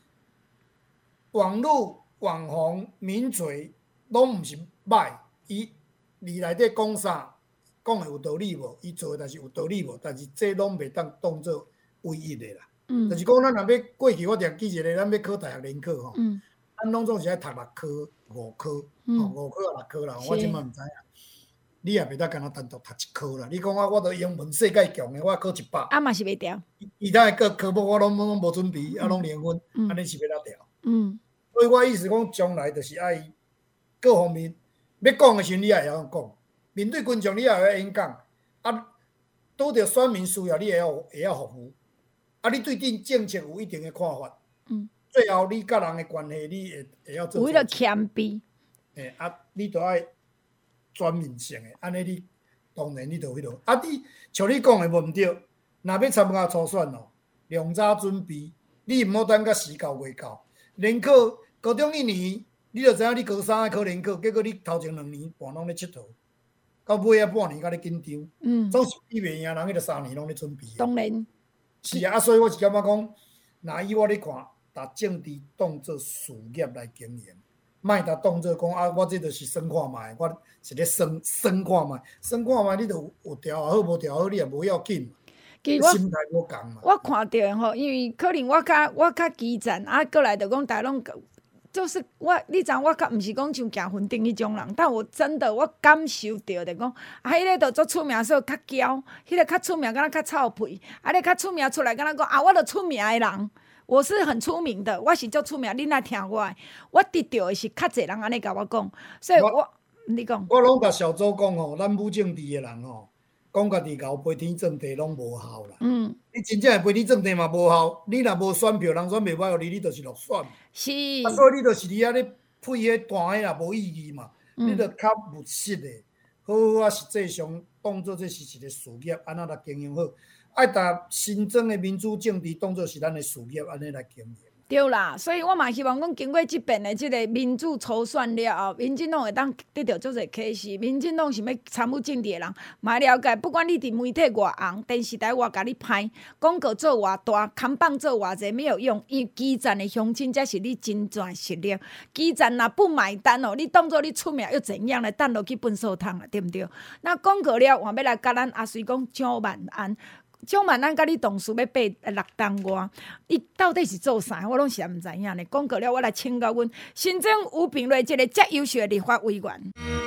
网络网红名嘴拢毋是歹，伊里内底讲啥，讲的有道理无？伊做的但是有道理无？但是这拢袂当当做唯一的啦。嗯，就是讲咱若要过去，我定记一个，咱要考大学联考吼。嗯。咱拢总是爱读六科、五科，嗯、哦，五科啊六科啦。我即摆毋知影，你也袂当干那单独读一科啦。你讲我，我都英文世界强的，我考一百。 啊嘛是袂调。 其他个科目我拢拢无准备，啊拢零分，安尼、嗯、是要哪调？嗯。所以我意思讲，将来就是爱各方面要讲的时候，你也会晓讲；面对群众，你也会晓演讲。啊，拄着选民需要，你会晓会晓服务。啊，你对定政策有一定的看法。嗯。最后，你甲人的关系，你会会晓做。 为了谦卑。 诶，啊，你都爱全面性的，安尼你当然你就迄落。啊，你像你讲的无毋对，若要参加初选哦，量早准备，你毋好等甲时到未到。联考高中一年，你就知影你高三爱考联考，结果你头前两年半拢咧佚佗，到尾啊半年甲咧紧张。嗯。总是比袂赢人迄个三年拢咧准备。 当然。 是啊，所以我是感觉讲，若以我咧看。把政治当作事业来经营，莫甲当作讲啊！我这就是算看卖，我是咧算算看卖，算看卖，你就有调也好，无调好，你也无要紧。其实我心态无共嘛。 我看到吼，因为可能我较我较基层，啊，过来就讲大拢就是我，你知我较毋是讲像行婚顶迄种人，但我真的我感受到的讲，啊，迄个就足出名，说较骄，迄个较出名，敢若较臭屁，啊，你较出名出来，敢若讲啊，我著出名的人。我是很出名的，我是足出名，你若听我的，我得到的是较侪人安尼甲我讲，所以我，我你讲， 我拢甲小周讲吼，咱武政治的人吼，讲家己搞飞天正地拢无效啦。嗯，你真正的飞天正地嘛无效，你若无选票，人选袂歹互你，你就是落选。 是。 啊，所以你就是伫遐咧配迄单诶啦，无意义嘛。嗯、你著较务实的，好好啊，实际上当做这是一个事业，安怎来经营好。爱把新增的民主政治当作是咱的事业，安尼来经营。 对啦，所以我嘛希望讲经过即遍的即个民主初选了后，民进党会当得到足侪启示。民进党想要参与政治的人，嘛了解，不管你伫媒体偌红，电视台偌甲你拍，广告做偌大，看板做偌济没有用，因为基层的乡亲才是你真正实力。基层若不买单哦，你当作你出名又怎样呢？等落去粪扫桶了，对不对？那广告了，换要来甲咱阿水讲蒋万安。蒋万安甲你同事要爬六栋外，伊到底是做啥？我拢是毋知影呢。讲过了，我来请教阮新增吴秉睿这个遮优秀的立法委员。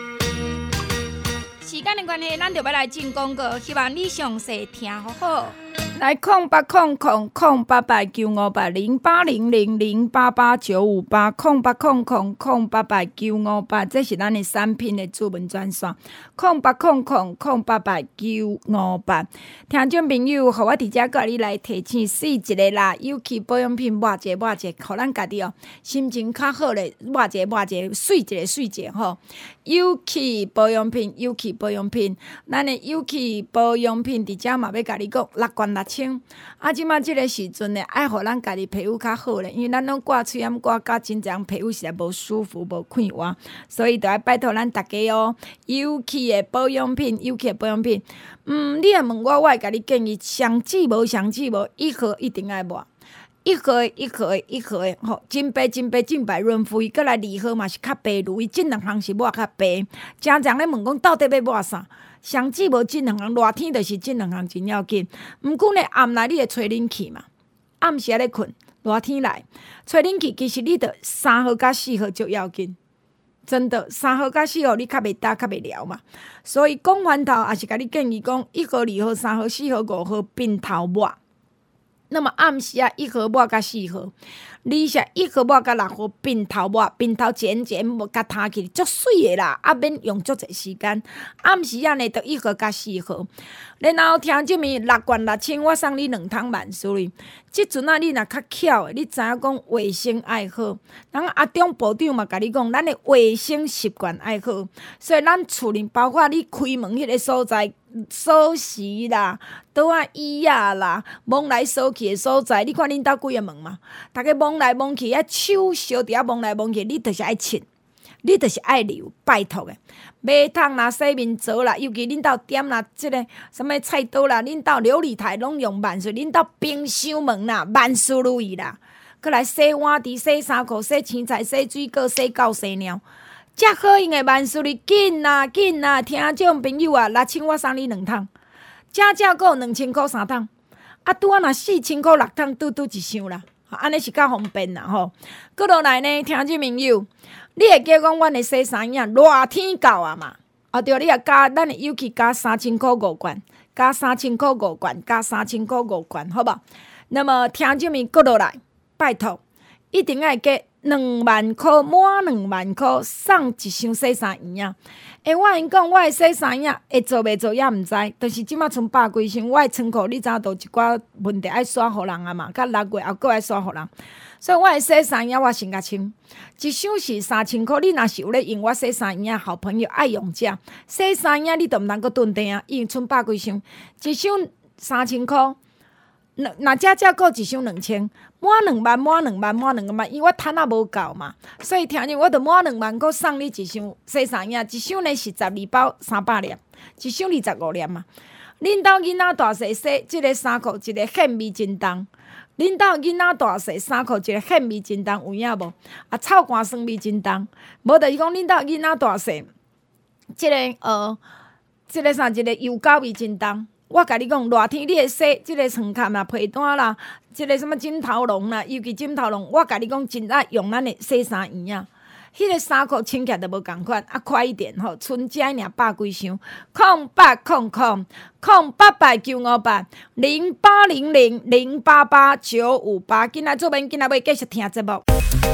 时间的关系，咱就要来进广告，希望你详细听好好。来空八空空空八八九五八零八零零零八八九五八空八空空空八八九五八，这是咱的产品的主文专线。空八空空空八八九五八，听众朋友，互我伫遮甲你来提醒四一个啦，尤其保养品抹者抹者，互咱家己哦心情较好咧，抹者抹者，水一个水一个吼。尤其保养品，尤其保养品，咱的尤其保养品伫遮嘛要甲你讲，六罐六千，啊，即马即个时阵呢，爱互咱家己皮肤较好咧，因为咱拢挂喙炎挂甲真正皮肤实在无舒服、无快活，所以着爱拜托咱大家哦，尤其的保养品，尤其的保养品，嗯，你若问我，我会甲你建议，上剂无上剂无，一盒一定爱抹。一盒的一盒的一盒的，吼，真白真白净白润肤，伊过来二盒嘛是较白如伊，这两项是抹较白。常常咧问讲，到底要抹啥？上剂无这两项，热天就是这两项真要紧。毋过咧暗内你会吹冷气嘛？暗时咧困，热天来吹冷气，其实你得三号甲四号就要紧。真的，三号甲四号你较袂打，较袂聊嘛。所以讲完头也是甲你建议讲，一号、二号、三号、四号、五号并头抹。那么暗时啊，一盒抹甲四盒，你是一盒抹甲六盒并头抹，并头剪剪抹甲摊起，足水的啦，啊免用足侪时间。暗时啊呢，得一盒甲四盒。然后听即面六罐六千，我送你两桶万事瑞。即阵啊，你若较巧的，你知影讲卫生爱好。咱阿中部长嘛，甲你讲，咱的卫生习惯爱好，所以咱厝里包括你开门迄个所在。锁匙啦，倒啊椅啊啦，摸来锁去的所在，你看恁兜几个门嘛？逐个摸来摸去，啊手烧伫遐摸来摸去，你著是爱切，你著是爱留，拜托的。马桶啦、洗面槽啦，尤其恁兜点啦，即个什物菜刀啦，恁兜琉璃台拢用万岁，恁兜冰箱门啦，万事如意啦。搁来洗碗池、洗衫裤、洗青菜、洗水果、洗狗、洗猫。遮好用的万事如意，紧啊紧啊！听众朋友啊，六千我送你两桶，正正够两千箍三桶，啊拄啊若四千箍六桶，拄拄一箱啦，安尼是较方便啦吼。搁落来呢，听众朋友，你会记讲阮的洗衫影热天到啊嘛？啊对，你也加咱的尤其加三千箍五罐，加三千箍五罐，加三千箍五罐，好无？那么听众朋友搁落来，拜托，一定要加。两万块满两万块送一箱洗衫衣啊！诶，我因讲我的洗衫衣会做袂做也毋知，但是即马剩百几箱，我的仓库你知影都一寡问题爱刷互人啊嘛，甲六月后搁爱刷互人，所以我的洗衫衣我先甲清，一箱是三千块。你若是有咧用我洗衫衣啊，好朋友爱用者洗衫衣，你都毋通搁囤地啊，因为剩百几箱，一箱三千块。若遮遮够一箱两千，满两万，满两万，满两万，因为我趁啊无够嘛，所以听见我着满两万，搁送你一箱洗衫衣，一箱呢是十二包三百粒，一箱二十五粒嘛。恁兜囡仔大细洗即个衫裤，一个显味真重。恁兜囡仔大细衫裤，一个显味真重，有影无？啊，臭汗酸味真重。无就是讲恁兜囡仔大细，即个呃，即个啥，一个油膏味真重。我甲你讲，热天你会洗即个床垫啦、被单啦、即个什么枕头笼啦，尤其枕头笼，我甲你讲，真爱用咱的洗衫衣啊。迄个衫裤穿起来都无共款，啊快一点吼，剩遮尔百几箱，空八空空空八八九五八零八零零零八八九五八，今仔做免，今仔要继续听节目。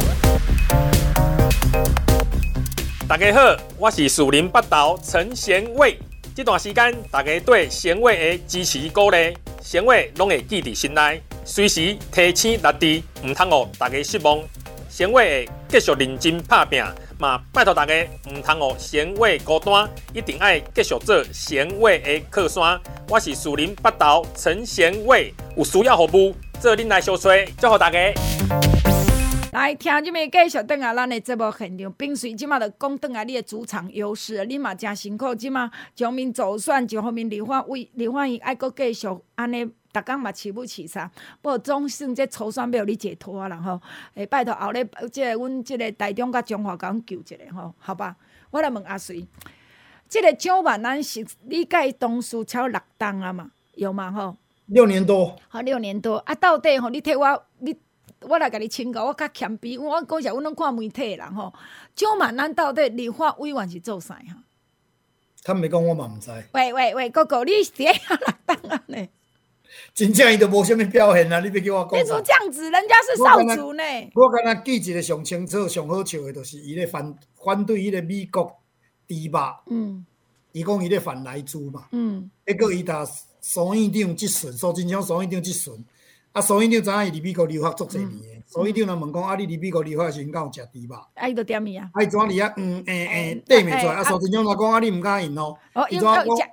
大家好，我是树林北投陈贤伟。这段时间，大家对贤伟的支持鼓励，贤伟拢会记伫心内，随时提醒力治，唔通互大家失望。贤伟会继续认真打拼，嘛拜托大家唔通互贤伟孤单，一定爱继续做贤伟的靠山。我是树林北投陈贤伟，有需要服务，做恁来相找，祝福大家。 来听即面继续转来咱的节目现场，冰水即马就讲转来你的主场优势，你嘛真辛苦，即马将面走算，一方面立法委立法院爱阁继续安尼，逐工嘛饲母饲啥，不过总算这粗选要有你解脱啦吼。诶，拜托后日即个阮即个台中甲中华甲阮救一下吼，好吧？我来问阿水，即、这个蒋万安是你甲伊同事超六档啊嘛？有嘛吼？ 六年多。 好，六年多啊！到底吼，你替我你。我来甲你请教，我较谦卑，我讲实，阮拢看媒体的人吼，蒋万安到底立法委员是做啥哈？ 坦白讲，我嘛毋知。 喂喂喂，哥哥，你是伫遐六档啊呢？ 真正伊都无啥物表现啊！你别叫我讲。 变成这样子，人家是少主呢。 我敢若记一个上清楚、上好笑的，就是伊咧反反对迄个美国猪肉。嗯。伊讲伊咧反来猪嘛。嗯。结果伊搭苏院长质询，苏贞昌苏院长质询。啊，苏院长知影伊伫美国留学足侪年诶，苏院长若问讲啊，你伫美国留学诶时阵，敢有食猪肉？ 啊，伊就点伊啊？ 啊，伊怎伫遐嗯诶诶缀袂出来？啊，苏贞昌就讲啊，你毋敢用咯。 哦，因为食伊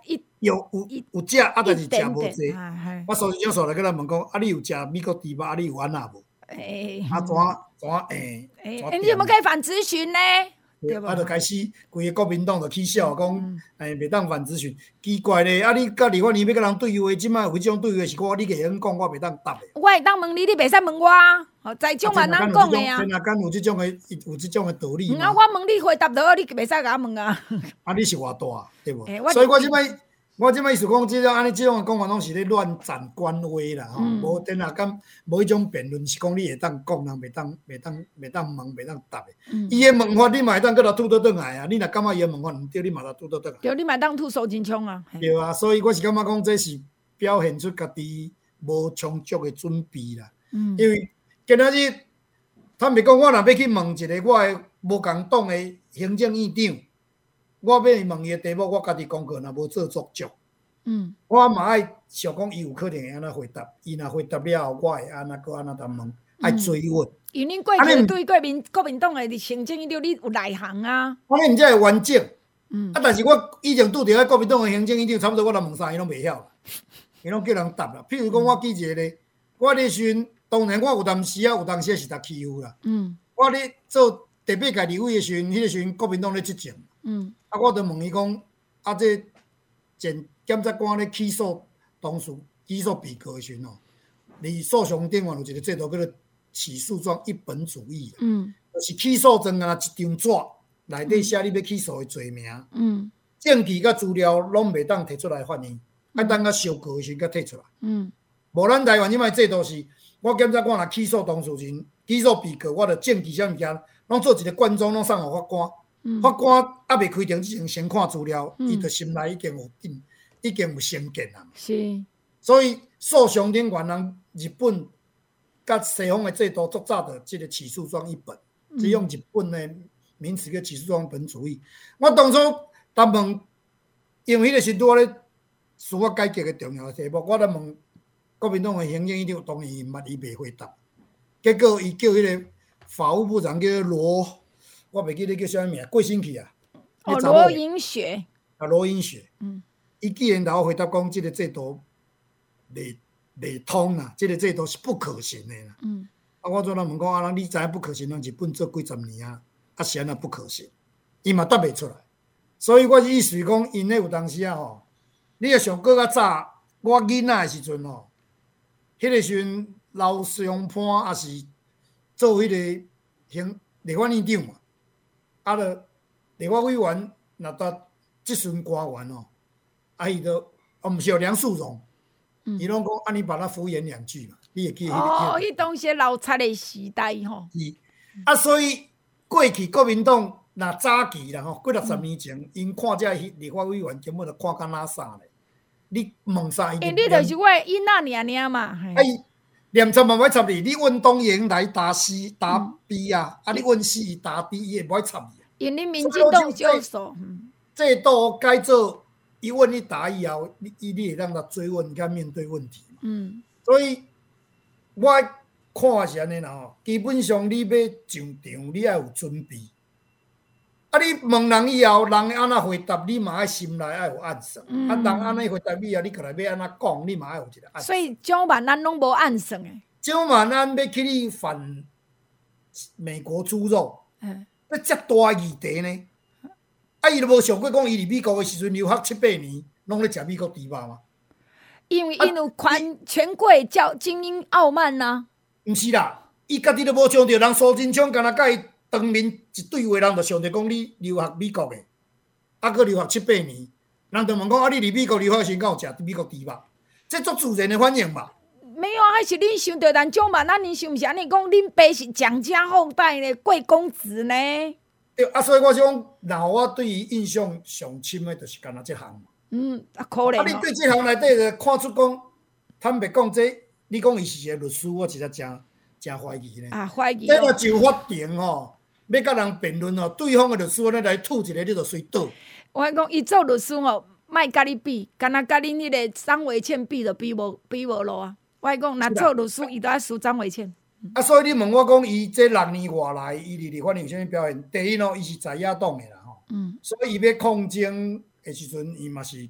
有有有食，啊，但是食无济。 啊、 我苏金昌所来跟咱问讲，啊，你有食美国猪肉，啊，你有安那无？ 诶、 欸，啊，怎怎诶？ 诶、欸，你有冇开反咨询呢？ 对啊，就开始规个国民党就起笑讲，诶，袂当反咨询，奇怪咧！啊，你甲立法院要甲人对话，即摆有迄种对话是我，你会晓讲，我袂当答诶。 我会当问你，你袂使问我啊！在种嘛，咱讲诶啊。 天啊，敢有即种诶，有即种诶道理啊，我问你回答到，你袂使甲我问啊。 啊，你是偌大，对无？ 欸、 所以我即摆。我即摆意思讲，即种安尼，即种讲法拢是咧乱斩官威啦，吼、嗯，无真啊，敢无迄种辩论是讲你会当讲，人袂当袂当袂当问，袂当答诶。伊、嗯、诶问法你嘛会当搁来拄倒转来啊！你若感觉伊诶问法毋对，你嘛当拄倒转来。 对，你嘛当吐苏金昌啊。 对啊，所以我是感觉讲，这是表现出家己无充足诶准备啦。嗯，因为今仔日，坦白讲，我若要去问一个我诶无共党诶行政院长。我要问伊的题目，我家己功课若无做足足，嗯，我嘛爱想讲伊有可能会安怎回答，伊若回答了后，我会安怎搁安怎答问，爱追问。 因为恁过去对国民国民党的行政院长，你有内行啊？ 我恁才会完整，嗯，啊，但是我以前拄着迄国民党的行政院长，差不多我若问啥，伊拢袂晓，伊拢叫人答啦。譬如讲，我记一个咧，我咧时阵，当然我有当时啊，有当时是搭欺负啦，嗯，我咧做第八届立委的时阵，迄个时阵国民党咧执政，嗯。啊！我就问伊讲，啊，这检检察官咧起诉当事起诉被告的时阵哦，你诉讼顶有一个制度叫做起诉状一本主义，嗯，就是起诉状啊一张纸内底写你要起诉的罪名，嗯，证据甲资料拢袂当摕出来法院，爱等甲烧告的时阵才摕出来，嗯，无咱台湾即摆制度是，我检察官若起诉当事人、起诉被告，我着证据啥物件，拢做一个卷宗，拢送互法官。法官还未开庭之前，先看资料，伊、嗯、就心内已经有定，已經有先見啦。 是， 所以訴訟庭原人日本甲西方的制度作早的這個起訴狀一本，只、嗯、用日本的名詞叫起訴狀本主義。我當初答問，因為迄個是拄我咧司法改革嘅重要題目，我咧問國民黨嘅行政院長，當然伊捌伊袂回答，結果伊叫迄個法務部長叫羅。我袂記得叫啥物名，過身去啊！ 哦，羅英雪。 啊，羅英雪。嗯。伊既然然後回答講，即個制度未未通啊，即、這個制度是不可行的啦。嗯。啊，我做人問講啊，你知影不可行，人日本做幾十年啊，啊是安那不可行，伊嘛答袂出來。所以我意思講，因咧有當時啊吼，你若想過較早，我囡仔的時陣吼，迄、那個時陣劉尚潘也是做迄個行立法院長嘛。啊！著立法委員若搭即陣官員哦，啊伊著啊毋是有梁淑榮，伊攏講啊，你把他敷衍兩句嘛，你會記得？ 哦，迄當時老賊的時代吼。是啊，所以過去國民黨若早期啦吼，過六十年前，因、嗯、看這立法委員根本就看甲哪啥咧？你問啥？ 誒、欸，你就是我囡仔爾爾嘛。 啊伊念十萬歹插你，你問東營來答 C 答 B 啊，啊你問 C 答 D， 伊會歹插你。 因你民進黨少數， 制度改做一問一答以後，你你會當他追問甲面對問題嘛？嗯，所以我看是安尼啦吼，基本上你要上場，你要有準備。啊，你問人以後，人安怎回答，你嘛愛心內愛有暗算。嗯、啊，人安尼回答以後，你過來要安怎講，你嘛愛有一個暗算。 所以蔣萬安攏無暗算誒。 蔣萬安要去你反美國豬肉。嗯。那遮大議題呢？啊，伊都無想過講，伊佇美國嘅時陣留學七八年，攏咧食美國豬肉嘛？ 因為因有權權貴叫精英傲慢啊。 毋是啦，伊家己都無想到，人蘇貞昌敢若甲伊當面一對話，人就想着講你留學美國嘅，啊，閣留學七八年，人就問講啊，你佇美國留學時，敢有食美國豬肉？這足自然嘅反應吧？ 沒有啊，還是恁想到咱蔣萬安，恁是毋是安尼講？恁爸是蔣家後代呢，貴公子呢？ 對啊，所以我想，若我對伊印象上深的，就是干那這項。 嗯，啊可憐哦。啊，你對這項內底就看出講，坦白講，這你講伊是一個律師，我實在真真懷疑呢。 啊，懷疑。 這個就法庭吼，要甲人辯論吼，對方的律師我咧來吐一個，你就隨倒。 我講伊做律師吼，莫甲你比，干那甲恁迄個張維倩比就比無比無路啊。我講，若做律師，伊都愛輸張維倩。 啊，所以你問我講，伊這六年外來，伊佇立法院有啥物表現？第一咯，伊是在野黨的啦吼，嗯，所以伊要抗爭的時陣，伊嘛是對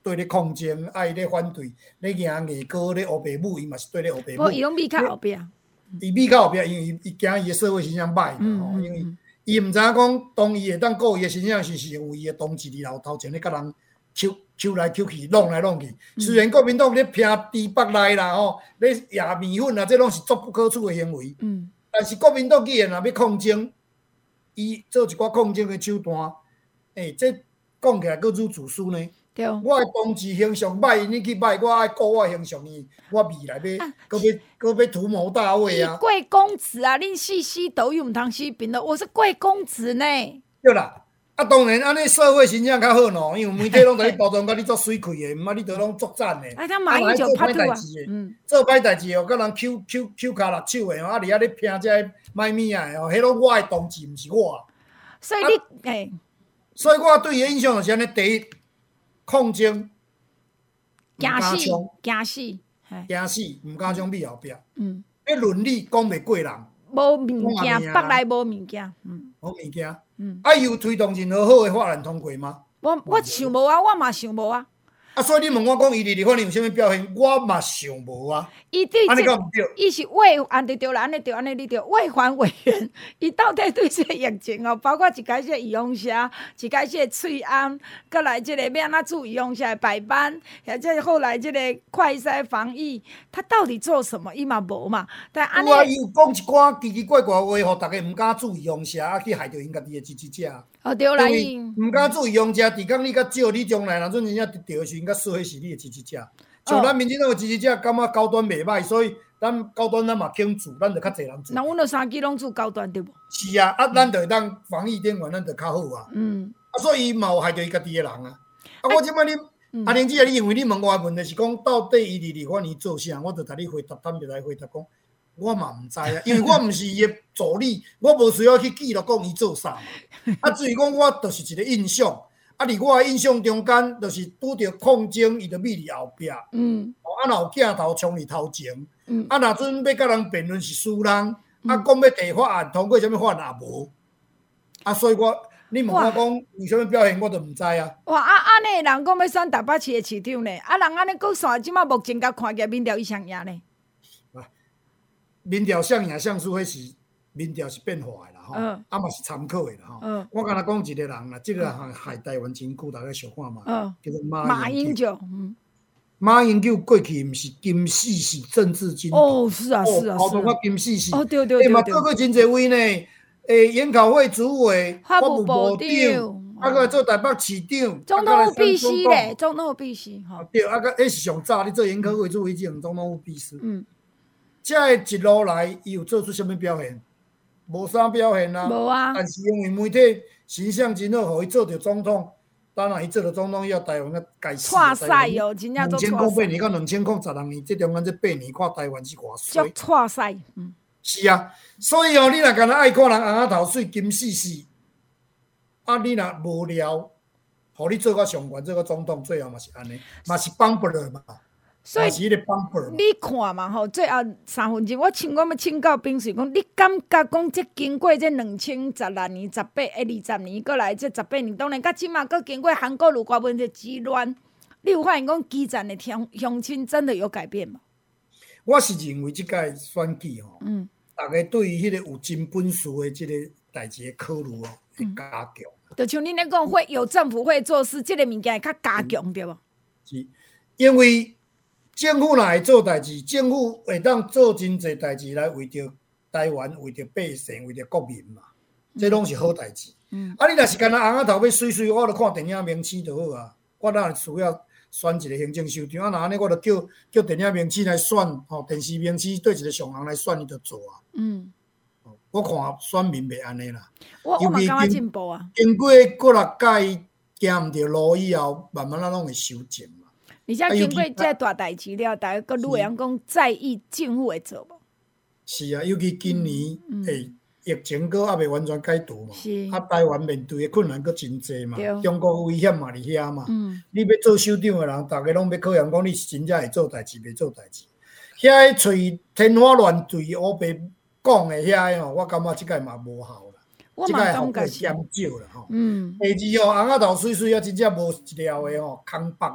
对咧抗争，啊伊咧反对咧赢艺高咧黑爸母，伊嘛是对咧黑爸母。 无伊拢米较后壁。 伊米较后壁，因为伊伊惊伊的社会形象歹嘛，吼，因为伊毋知影讲当伊会当顾伊的形象，是是因为伊的同志伫头头前咧甲人抽抽来抽去，弄来弄去。虽然国民党咧拼猪北内啦，吼，咧揜米粉啊，这拢是足不可取的行为。嗯，但是国民党既然若要抗争，伊做一寡抗争的手段，诶，这讲起来佫愈自私呢。对，我的同志形象歹，你去歹，我爱顾我形象，我未来要，搁要搁要图谋大位啊！ 贵公子啊，恁死死都有毋通死平了，我是贵公子呢。 对啦，啊当然，安尼社会形象较好喏，因为媒体拢甲你包装甲你做水气的，毋啊你着拢作战的。 啊，他马英九拍赌啊， 嗯，做歹代志哦，甲人揪揪揪骹六手的哦，啊，伫遐咧拼这卖物啊哦，迄拢我的同志，毋是我。 所以你诶， 所以我对伊的印象就是安尼，第一。抗争， 惊死，惊死， 惊死，毋敢冲米后壁。嗯，迄伦理讲袂过人， 无物件，北内无物件， 嗯，无物件。嗯，啊，有推动任何好的法案通过吗？ 我我想无啊，我嘛想无啊。 啊，所以你问我讲伊伫立法院有啥物表现，我嘛想无啊。 伊对这， 伊是为安尼对啦，安尼对，安尼你对，为还委员，伊到底对这个疫情哦，包括一开始预防车，一开始喙安，搁来这个要安怎做预防车的排班，或者后来这个快筛防疫，他到底做什么？伊嘛无嘛。但安尼， 有啊，伊有讲一寡奇奇怪怪话，互大家毋敢做预防车，啊去害着因家己的支持者。 哦，对啦， 伊毋敢做预防车，伫讲你较少，你将来若阵真正得着时，较少迄是你的支持者。像咱民进党的支持者，感觉高端袂歹，所以咱高端咱嘛肯做，咱就较侪人做。 那阮著三支拢做高端对无？ 是啊，啊，咱就会当防疫顶悬，咱就较好啊。嗯。啊，所以伊嘛有害着伊家己的人啊。啊，我即摆你阿玲姐，你认为你问我的问题是讲，到底伊伫立法院做啥？我就甲你回答，坦白来回答讲，我嘛毋知啊，因为我毋是伊的助理，我无需要去记录讲伊做啥嘛。啊，至于讲我就是一个印象。啊！伫我的印象中间，就是拄着抗争，伊就秘伫后壁。嗯。啊，若有镜头冲伫头前。嗯。啊，若阵要甲人辩论是输人，啊，讲要提法案通过，啥物法案也无。啊，所以我你问我讲有啥物表现，我都毋知啊。 哇！啊，安尼人讲要选台北市的市长呢，啊，人安尼讲算，即马目前甲看起来民调伊上赢呢。 啊，民调上赢上输，迄是民调是变化的啦。嗯，啊嘛是参考的啦吼。嗯，我敢若讲一个人啦，即个人害台湾真久，大家想看嘛。嗯，叫做马英九。嗯，马英九过去毋是金死是政治金。 哦，是啊，是啊， 好多个金死是。 哦，对对对对。 嘛，做过真侪位呢。诶，研考会主委、 法务部长， 啊个做台北市长。 总统府秘书咧，总统府秘书吼。 对，啊个迄是上早，你做研考会主委前，总统府秘书。嗯。即个一路来，伊有做出啥物表现？无啥表现啊， 无啊。 但是因为媒体形象真好，互伊做着总统，当然伊做着总统，要台湾个改死。 错赛哦，真正做错赛。 两千零八年到两千零十六年，这中间这八年，看台湾是偌衰。 足错赛，嗯。 是啊，所以哦，你若干若爱看人红仔头水金死死，啊，你若无聊，互你做到上悬，做到总统，最后嘛是安尼，嘛是帮不了嘛。 所以你看嘛吼，最后三分钟，我请我们请教冰水讲，你感觉讲，这经过这两千十六年、十八、二十年，过来这十八年，当然，甲即马佫经过韩国如寡问题之乱，你有发现讲基层的乡乡亲真的有改变吗？ 我是认为即届选举吼，嗯，大家对于迄个有真本事的即个代志的考虑哦，会加强。 就像恁咧讲，会有政府会做事，即、這个物件会较加强，对无？ 是，因为。政府若会做代志，政府会当做真侪代志来为着台湾、为着百姓、为着国民嘛，这拢是好代志。嗯、啊，你若是干那红仔头要水水，我著看电影明星就好啊。我哪需要选一个行政首长？啊，若安尼我著叫叫电影明星来选，吼、哦，电视明星对一个上行来选，伊著做啊。嗯，我看选民袂安尼啦。 我我嘛感觉进步啊。 经过过六届行毋着路以后，慢慢啊拢会修正。 而且经过这大代志了，大家佮愈会讲在意政府会做无？ 是啊，尤其今年诶、嗯、疫情佮还未完全解除嘛，啊台湾面对的困难佮真济嘛，中国危险嘛伫遐嘛，嗯、你要做首长的人，大家拢要考验讲你是真正会做代志，袂做代志。遐喙天花乱坠乌白讲的遐吼，我感觉即届嘛无效啦，即届效果减少啦吼。嗯，第二哦，红仔头水水啊，真正无一条的吼空白的。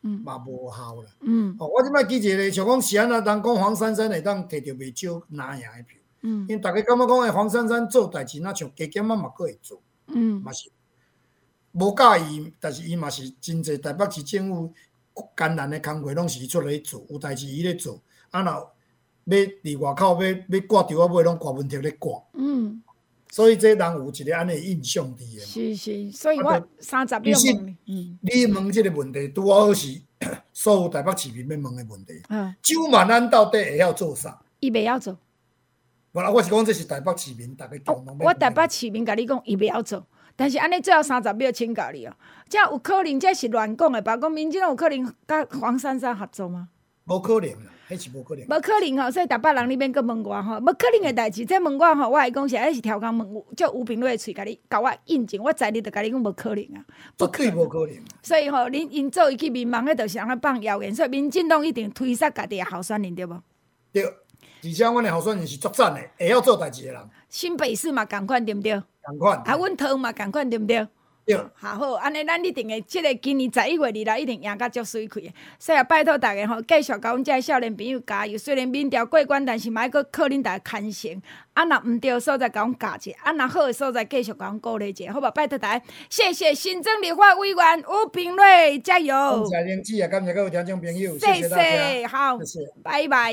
嘛无效啦。 嗯， 哦，我即摆记一个，像讲是安那人讲黄珊珊会当摕到袂少拿赢的票， 嗯， 因为大家感觉讲诶，黄珊珊做代志若像加减啊嘛佫会做， 嗯， 嘛是无介意，但是伊嘛是真侪台北市政府艰难的工作拢是伊出来做，有代志伊咧做，啊若要伫外口要要挂掉啊，尾拢挂问题咧挂。 嗯， 所以这人有一个安尼印象伫诶。 是是，所以我三十秒问你，嗯， 你问即个问题，拄好是所有台北市民要问诶问题。 嗯， 周万安到底会晓做啥？ 伊袂晓做。 我我是讲这是台北市民，大家共同。 我台北市民甲你讲，伊袂晓做。但是安尼最后三十秒请教你哦，这有可能这是乱讲的吧？讲民进党有可能甲黄珊珊合作吗？ 无可能啦，迄是无可能。 无可能吼，所以台北人你免阁问我吼，无可能的代志。这问我吼，我会讲是迄是调工问，叫吴炳瑞的喙甲你甲我印证，我知你就甲你讲无可能啊， 绝对无可能。 所以吼，恁因做伊去民望，迄就是人咧放谣言，所以民进党一定推杀家己的候选人，对无？ 对，而且阮的候选人是作战的，会晓做代志的人。 新北市嘛共款对毋对？ 共款。 啊，阮桃嘛共款对毋对？ 对， 好好，安尼咱一定会，即个今年十一月二日一定赢甲足水气的。所以拜托大家吼，继续甲阮遮少年朋友加油。虽然民调过关，但是嘛要搁靠恁大家牵成。啊，若毋对的所在，甲阮教者；啊，若好的所在，继续甲阮鼓励者，好无？拜托大家，谢谢新增立法委员吴炳瑞，加油！ 感谢灵芝也感谢各位听众朋友， 谢谢大家， 好， 谢谢， 拜拜。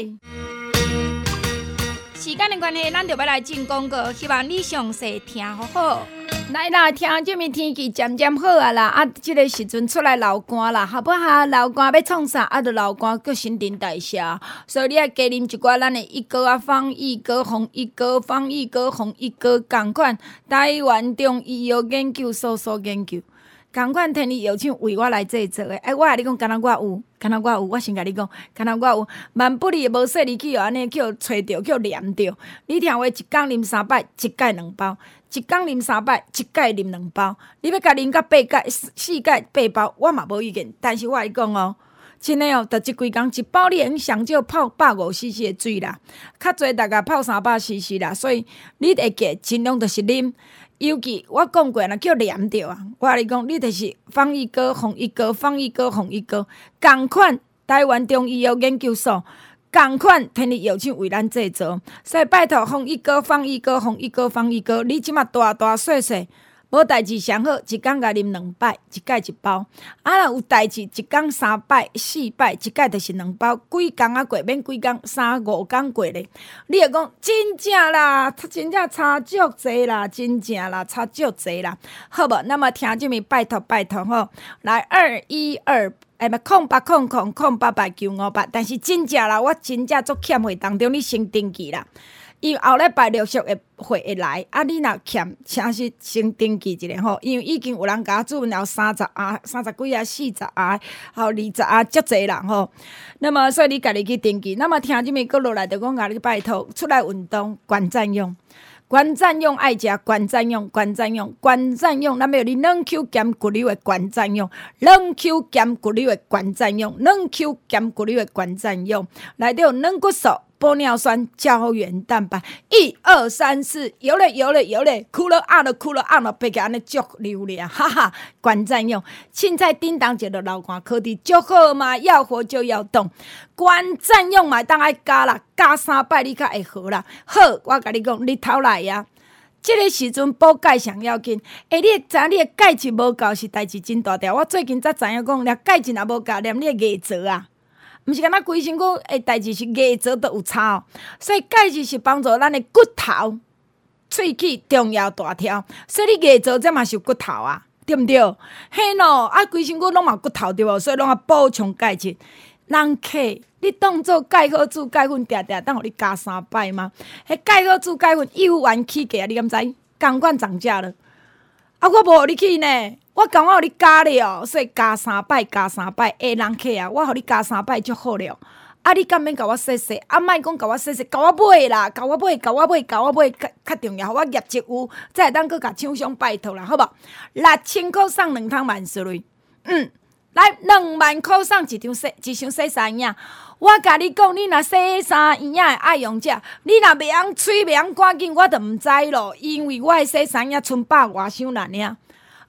时间的关系，咱就要来进广告，希望你详细听好好。来啦，听这面天气渐渐好啊啦，啊，即、这个时阵出来流汗啦，好不好？流汗要创啥？啊，着流汗叫新陈代谢，所以你爱加啉一寡咱的益膏啊，防疫膏、防疫膏、防疫膏、防疫膏，共款台湾中医药研究所所研究。共款替你邀请为我来制作的，哎，我甲你讲，敢若我有，敢若我有，我先甲你讲，敢若我有，万不离无说你去哦，安尼叫揣着，叫念着。你听话，一天啉三摆，一盖两包；一天啉三摆，一盖啉两包。你要甲啉到八盖、四盖、八包，我嘛无意见。但是我来讲哦，真诶哦，就即几工一包，你用上少泡百五 C C 的水啦，较侪大概泡三百 C C 啦，所以你会记尽量就是啉。尤其我讲过啦，叫念着啊！我甲你讲，你就是防疫膏、防疫膏、防疫膏、防疫膏，共款台湾中医药研究所，共款替你邀请为咱制作，所以拜托防疫膏、防疫膏、防疫膏、防疫膏，你即马大大细细。无代志上好，一天甲啉两摆，一盖一包。啊，若有代志，一天三摆、四摆，一盖就是两包。几工啊过，免几工，三五工过咧。你会讲真正啦，真正差足济啦，真正啦，差足济啦，好无？那么听这面拜托拜托吼，来二一二。哎，嘛空八空空空八八九五八，但是真正啦，我真正足欠会当中，你先登记啦。因为后礼拜陆续会会会来，啊，你若欠，请是先登记一下吼。因为已经有人甲我注文了三十啊、三十几啊、四十啊、还有二十啊，足侪人吼。那么，所以你家己去登记。那么听这边搁落来，就讲甲你拜托出来运动，管占用。管占用爱食，管占用，管占用，管占用，咱要你软 Q 兼骨溜的管占用，软 Q 兼骨溜的管占用，软 Q 兼骨溜的管占用，内底有软骨素、玻尿酸、胶原蛋白，一二三四，有嘞有嘞有嘞，哭了按了哭了按了，别个安尼足溜咧，哈哈，管占用，凊彩叮当一个流汗可滴足好嘛，要活就要动，管占用嘛，当爱加啦，加三摆你较会好啦。好，我甲你讲，日头来呀。这个时阵补钙上要紧，诶，你知影你的钙质无够是代志真大条。我最近才知影讲，连钙质也无够，连你的牙槽啊，毋是敢若规身躯诶代志是牙槽都有差哦。所以钙质是帮助咱的骨头、喙齿重要大条，所以你牙槽这嘛是骨头啊，对毋对？嘿喏，啊规身躯拢嘛骨头对无？所以拢要补充钙质。人客，你当做钙好煮钙粉，定定当互你加三摆吗？迄钙好煮钙粉又完起价，你敢知？共款涨价了。啊，我无互你去呢，我讲我互你加了，所以加三摆，加三摆。诶，人客啊，我互你加三摆就好了。啊，你敢免甲我说说？啊，莫讲甲我说说，甲我买啦，甲我买，甲我买，甲我买，较较重要。互我业绩有，才会当搁甲厂商拜托啦，好无？六千块送两桶万事类，嗯。来，两万块送一张洗一箱洗衫液。我甲你讲，你若洗衫液的爱用者，你若袂晓吹，袂晓赶紧，我就毋知咯。因为我的洗衫液剩百外箱啦尔。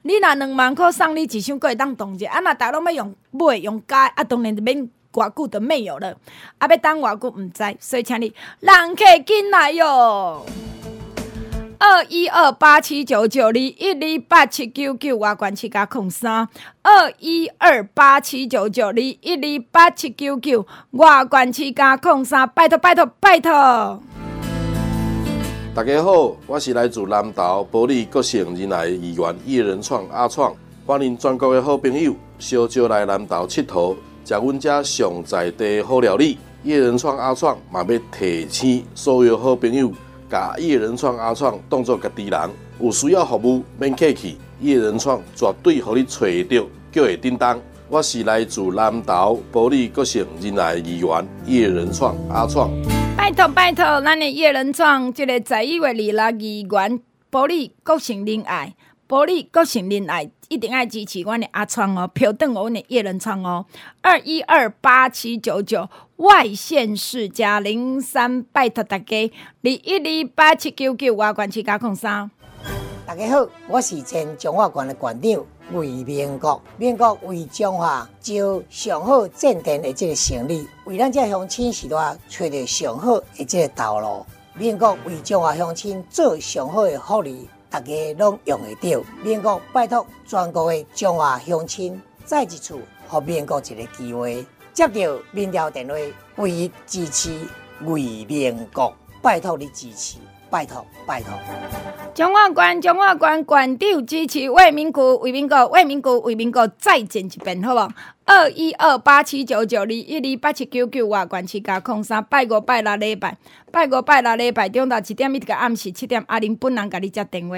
你若两万块送你一箱，佫会当动者。啊，若大家拢要用买用加，啊，当然就免偌久就没有了。啊，要等偌久毋知，所以请你人客紧来哟。二一二八七九九二一二八七九九外关七加空三，二一二八七九九二一二八七九九外关七加空三，拜托拜托拜托！ 大家好，我是来自南投埔里国姓仁爱议员叶仁创阿创，欢迎全国的好朋友小招来南投佚佗，食阮遮上在地好料理。叶仁创阿创嘛要提醒所有好朋友。甲叶仁创阿创当作家己人，有需要服务免客气，叶仁创绝对互你找到，叫会叮当。我是来自南投埔里国姓仁爱议员叶仁创阿创。 拜托拜托，咱的叶仁创，这个十一月二六议员埔里国姓仁爱，埔里国姓仁爱。一定爱支持阮的阿创哦，票等我阮的叶仁创哦，二一二八七九九外县市加零三，拜托大家，二一二八七九九外关七加空三。 大家好，我是前中华县的县长魏明国。民国为中华招上好正电的这个成立，为咱这乡亲时代找到上好的这个道路。民国为中华乡亲做上好的福利。大家拢用得到。民国拜托全国的中华乡亲，再一次给民国一个机会，接到民调电话，唯一支持为民国，拜托你支持，拜托拜托。 中华县中华县县长支持为民国，为民国，为民国，为民国，再见一遍，好不好？二一二八七九九二一二八七九九外关七加空三，拜五拜六礼拜，拜五拜六礼拜中昼一点一直到暗时七点，阿玲本人甲你接电话。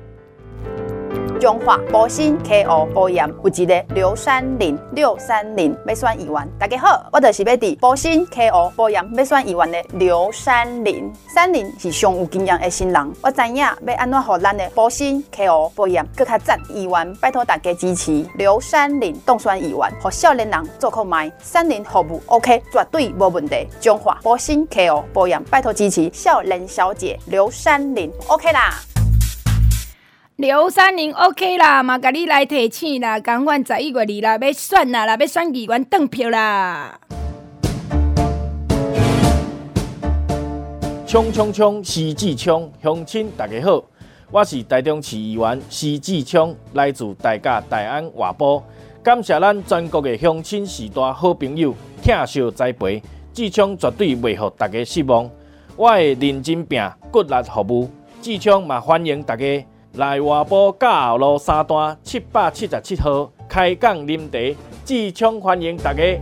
中华保新 K O 保盐有一个刘山林，六三零要选议员。大家好，我就是要伫保新 K O 保盐要选议员的刘山林。山林是上有经验的新人，我知影要安怎让咱的保新 K O 保盐更较赞。议员拜托大家支持刘山林当选议员，让少年人做购买。山林服务 OK， 绝对无问题。中华保新 K O 保盐拜托支持少年小姐刘山林 OK 啦。 刘三零 OK 啦，嘛甲你来提醒啦，赶快十一月二啦，要选啦，啦要选议员登票啦。 冲冲冲！徐志昌，乡亲大家好，我是台中市议员徐志昌，来自大甲大安外埔，感谢咱全国的乡亲时代好朋友疼惜栽培，志昌绝对袂互大家失望。我会认真拼，骨力服务，志昌嘛欢迎大家。来外埔甲后路三段七百七十七号开讲啉茶，志昌欢迎大家。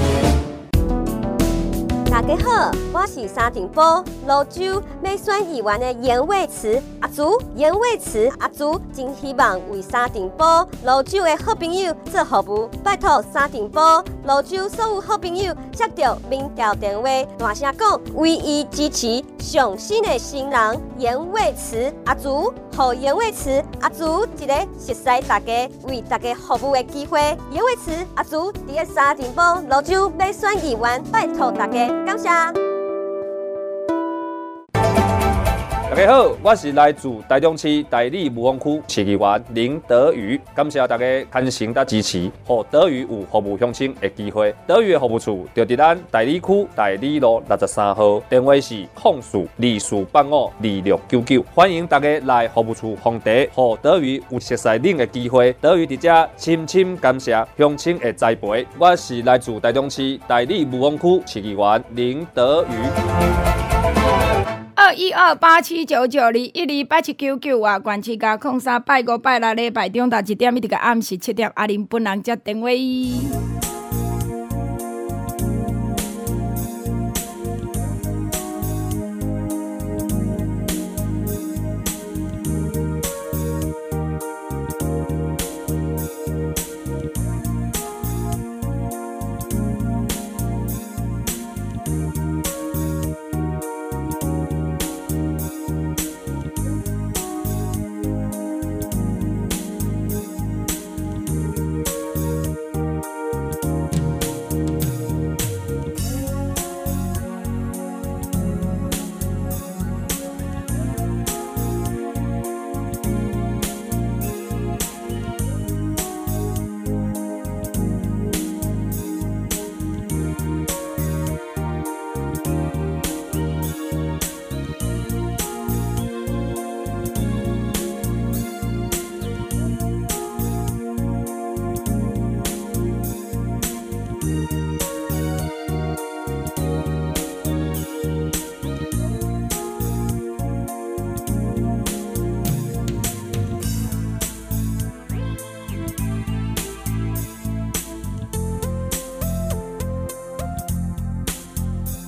大家好，我是沙尘埔泸州要选议员的严伟慈阿祖，严伟慈阿祖真希望为沙尘埔泸州的好朋友做服务，拜托沙尘埔泸州所有好朋友接到民调电话，大声讲唯一支持上新的新人严伟慈阿祖，互严伟慈阿祖一个熟悉大家、为大家服务的机会。严伟慈阿祖伫个沙尘埔泸州要选议员，拜托大家。感谢。 大家好，我是来自台中市大理武丰区市议员林德宇，感谢大家牵诚甲支持，让德宇有服务乡亲的机会。德宇的服务处就伫咱大理区大理路六十三号，电话是零四二四八五二六九九，欢迎大家来服务处访茶，让德宇有熟悉恁的机会。德宇伫遮深深感谢乡亲的栽培。我是来自台中市大理武丰区市议员林德宇。 二一二八七九九二一二八七九九外关七加空三，拜五拜六礼拜中昼一点一直到暗时七点，阿玲本人接电话。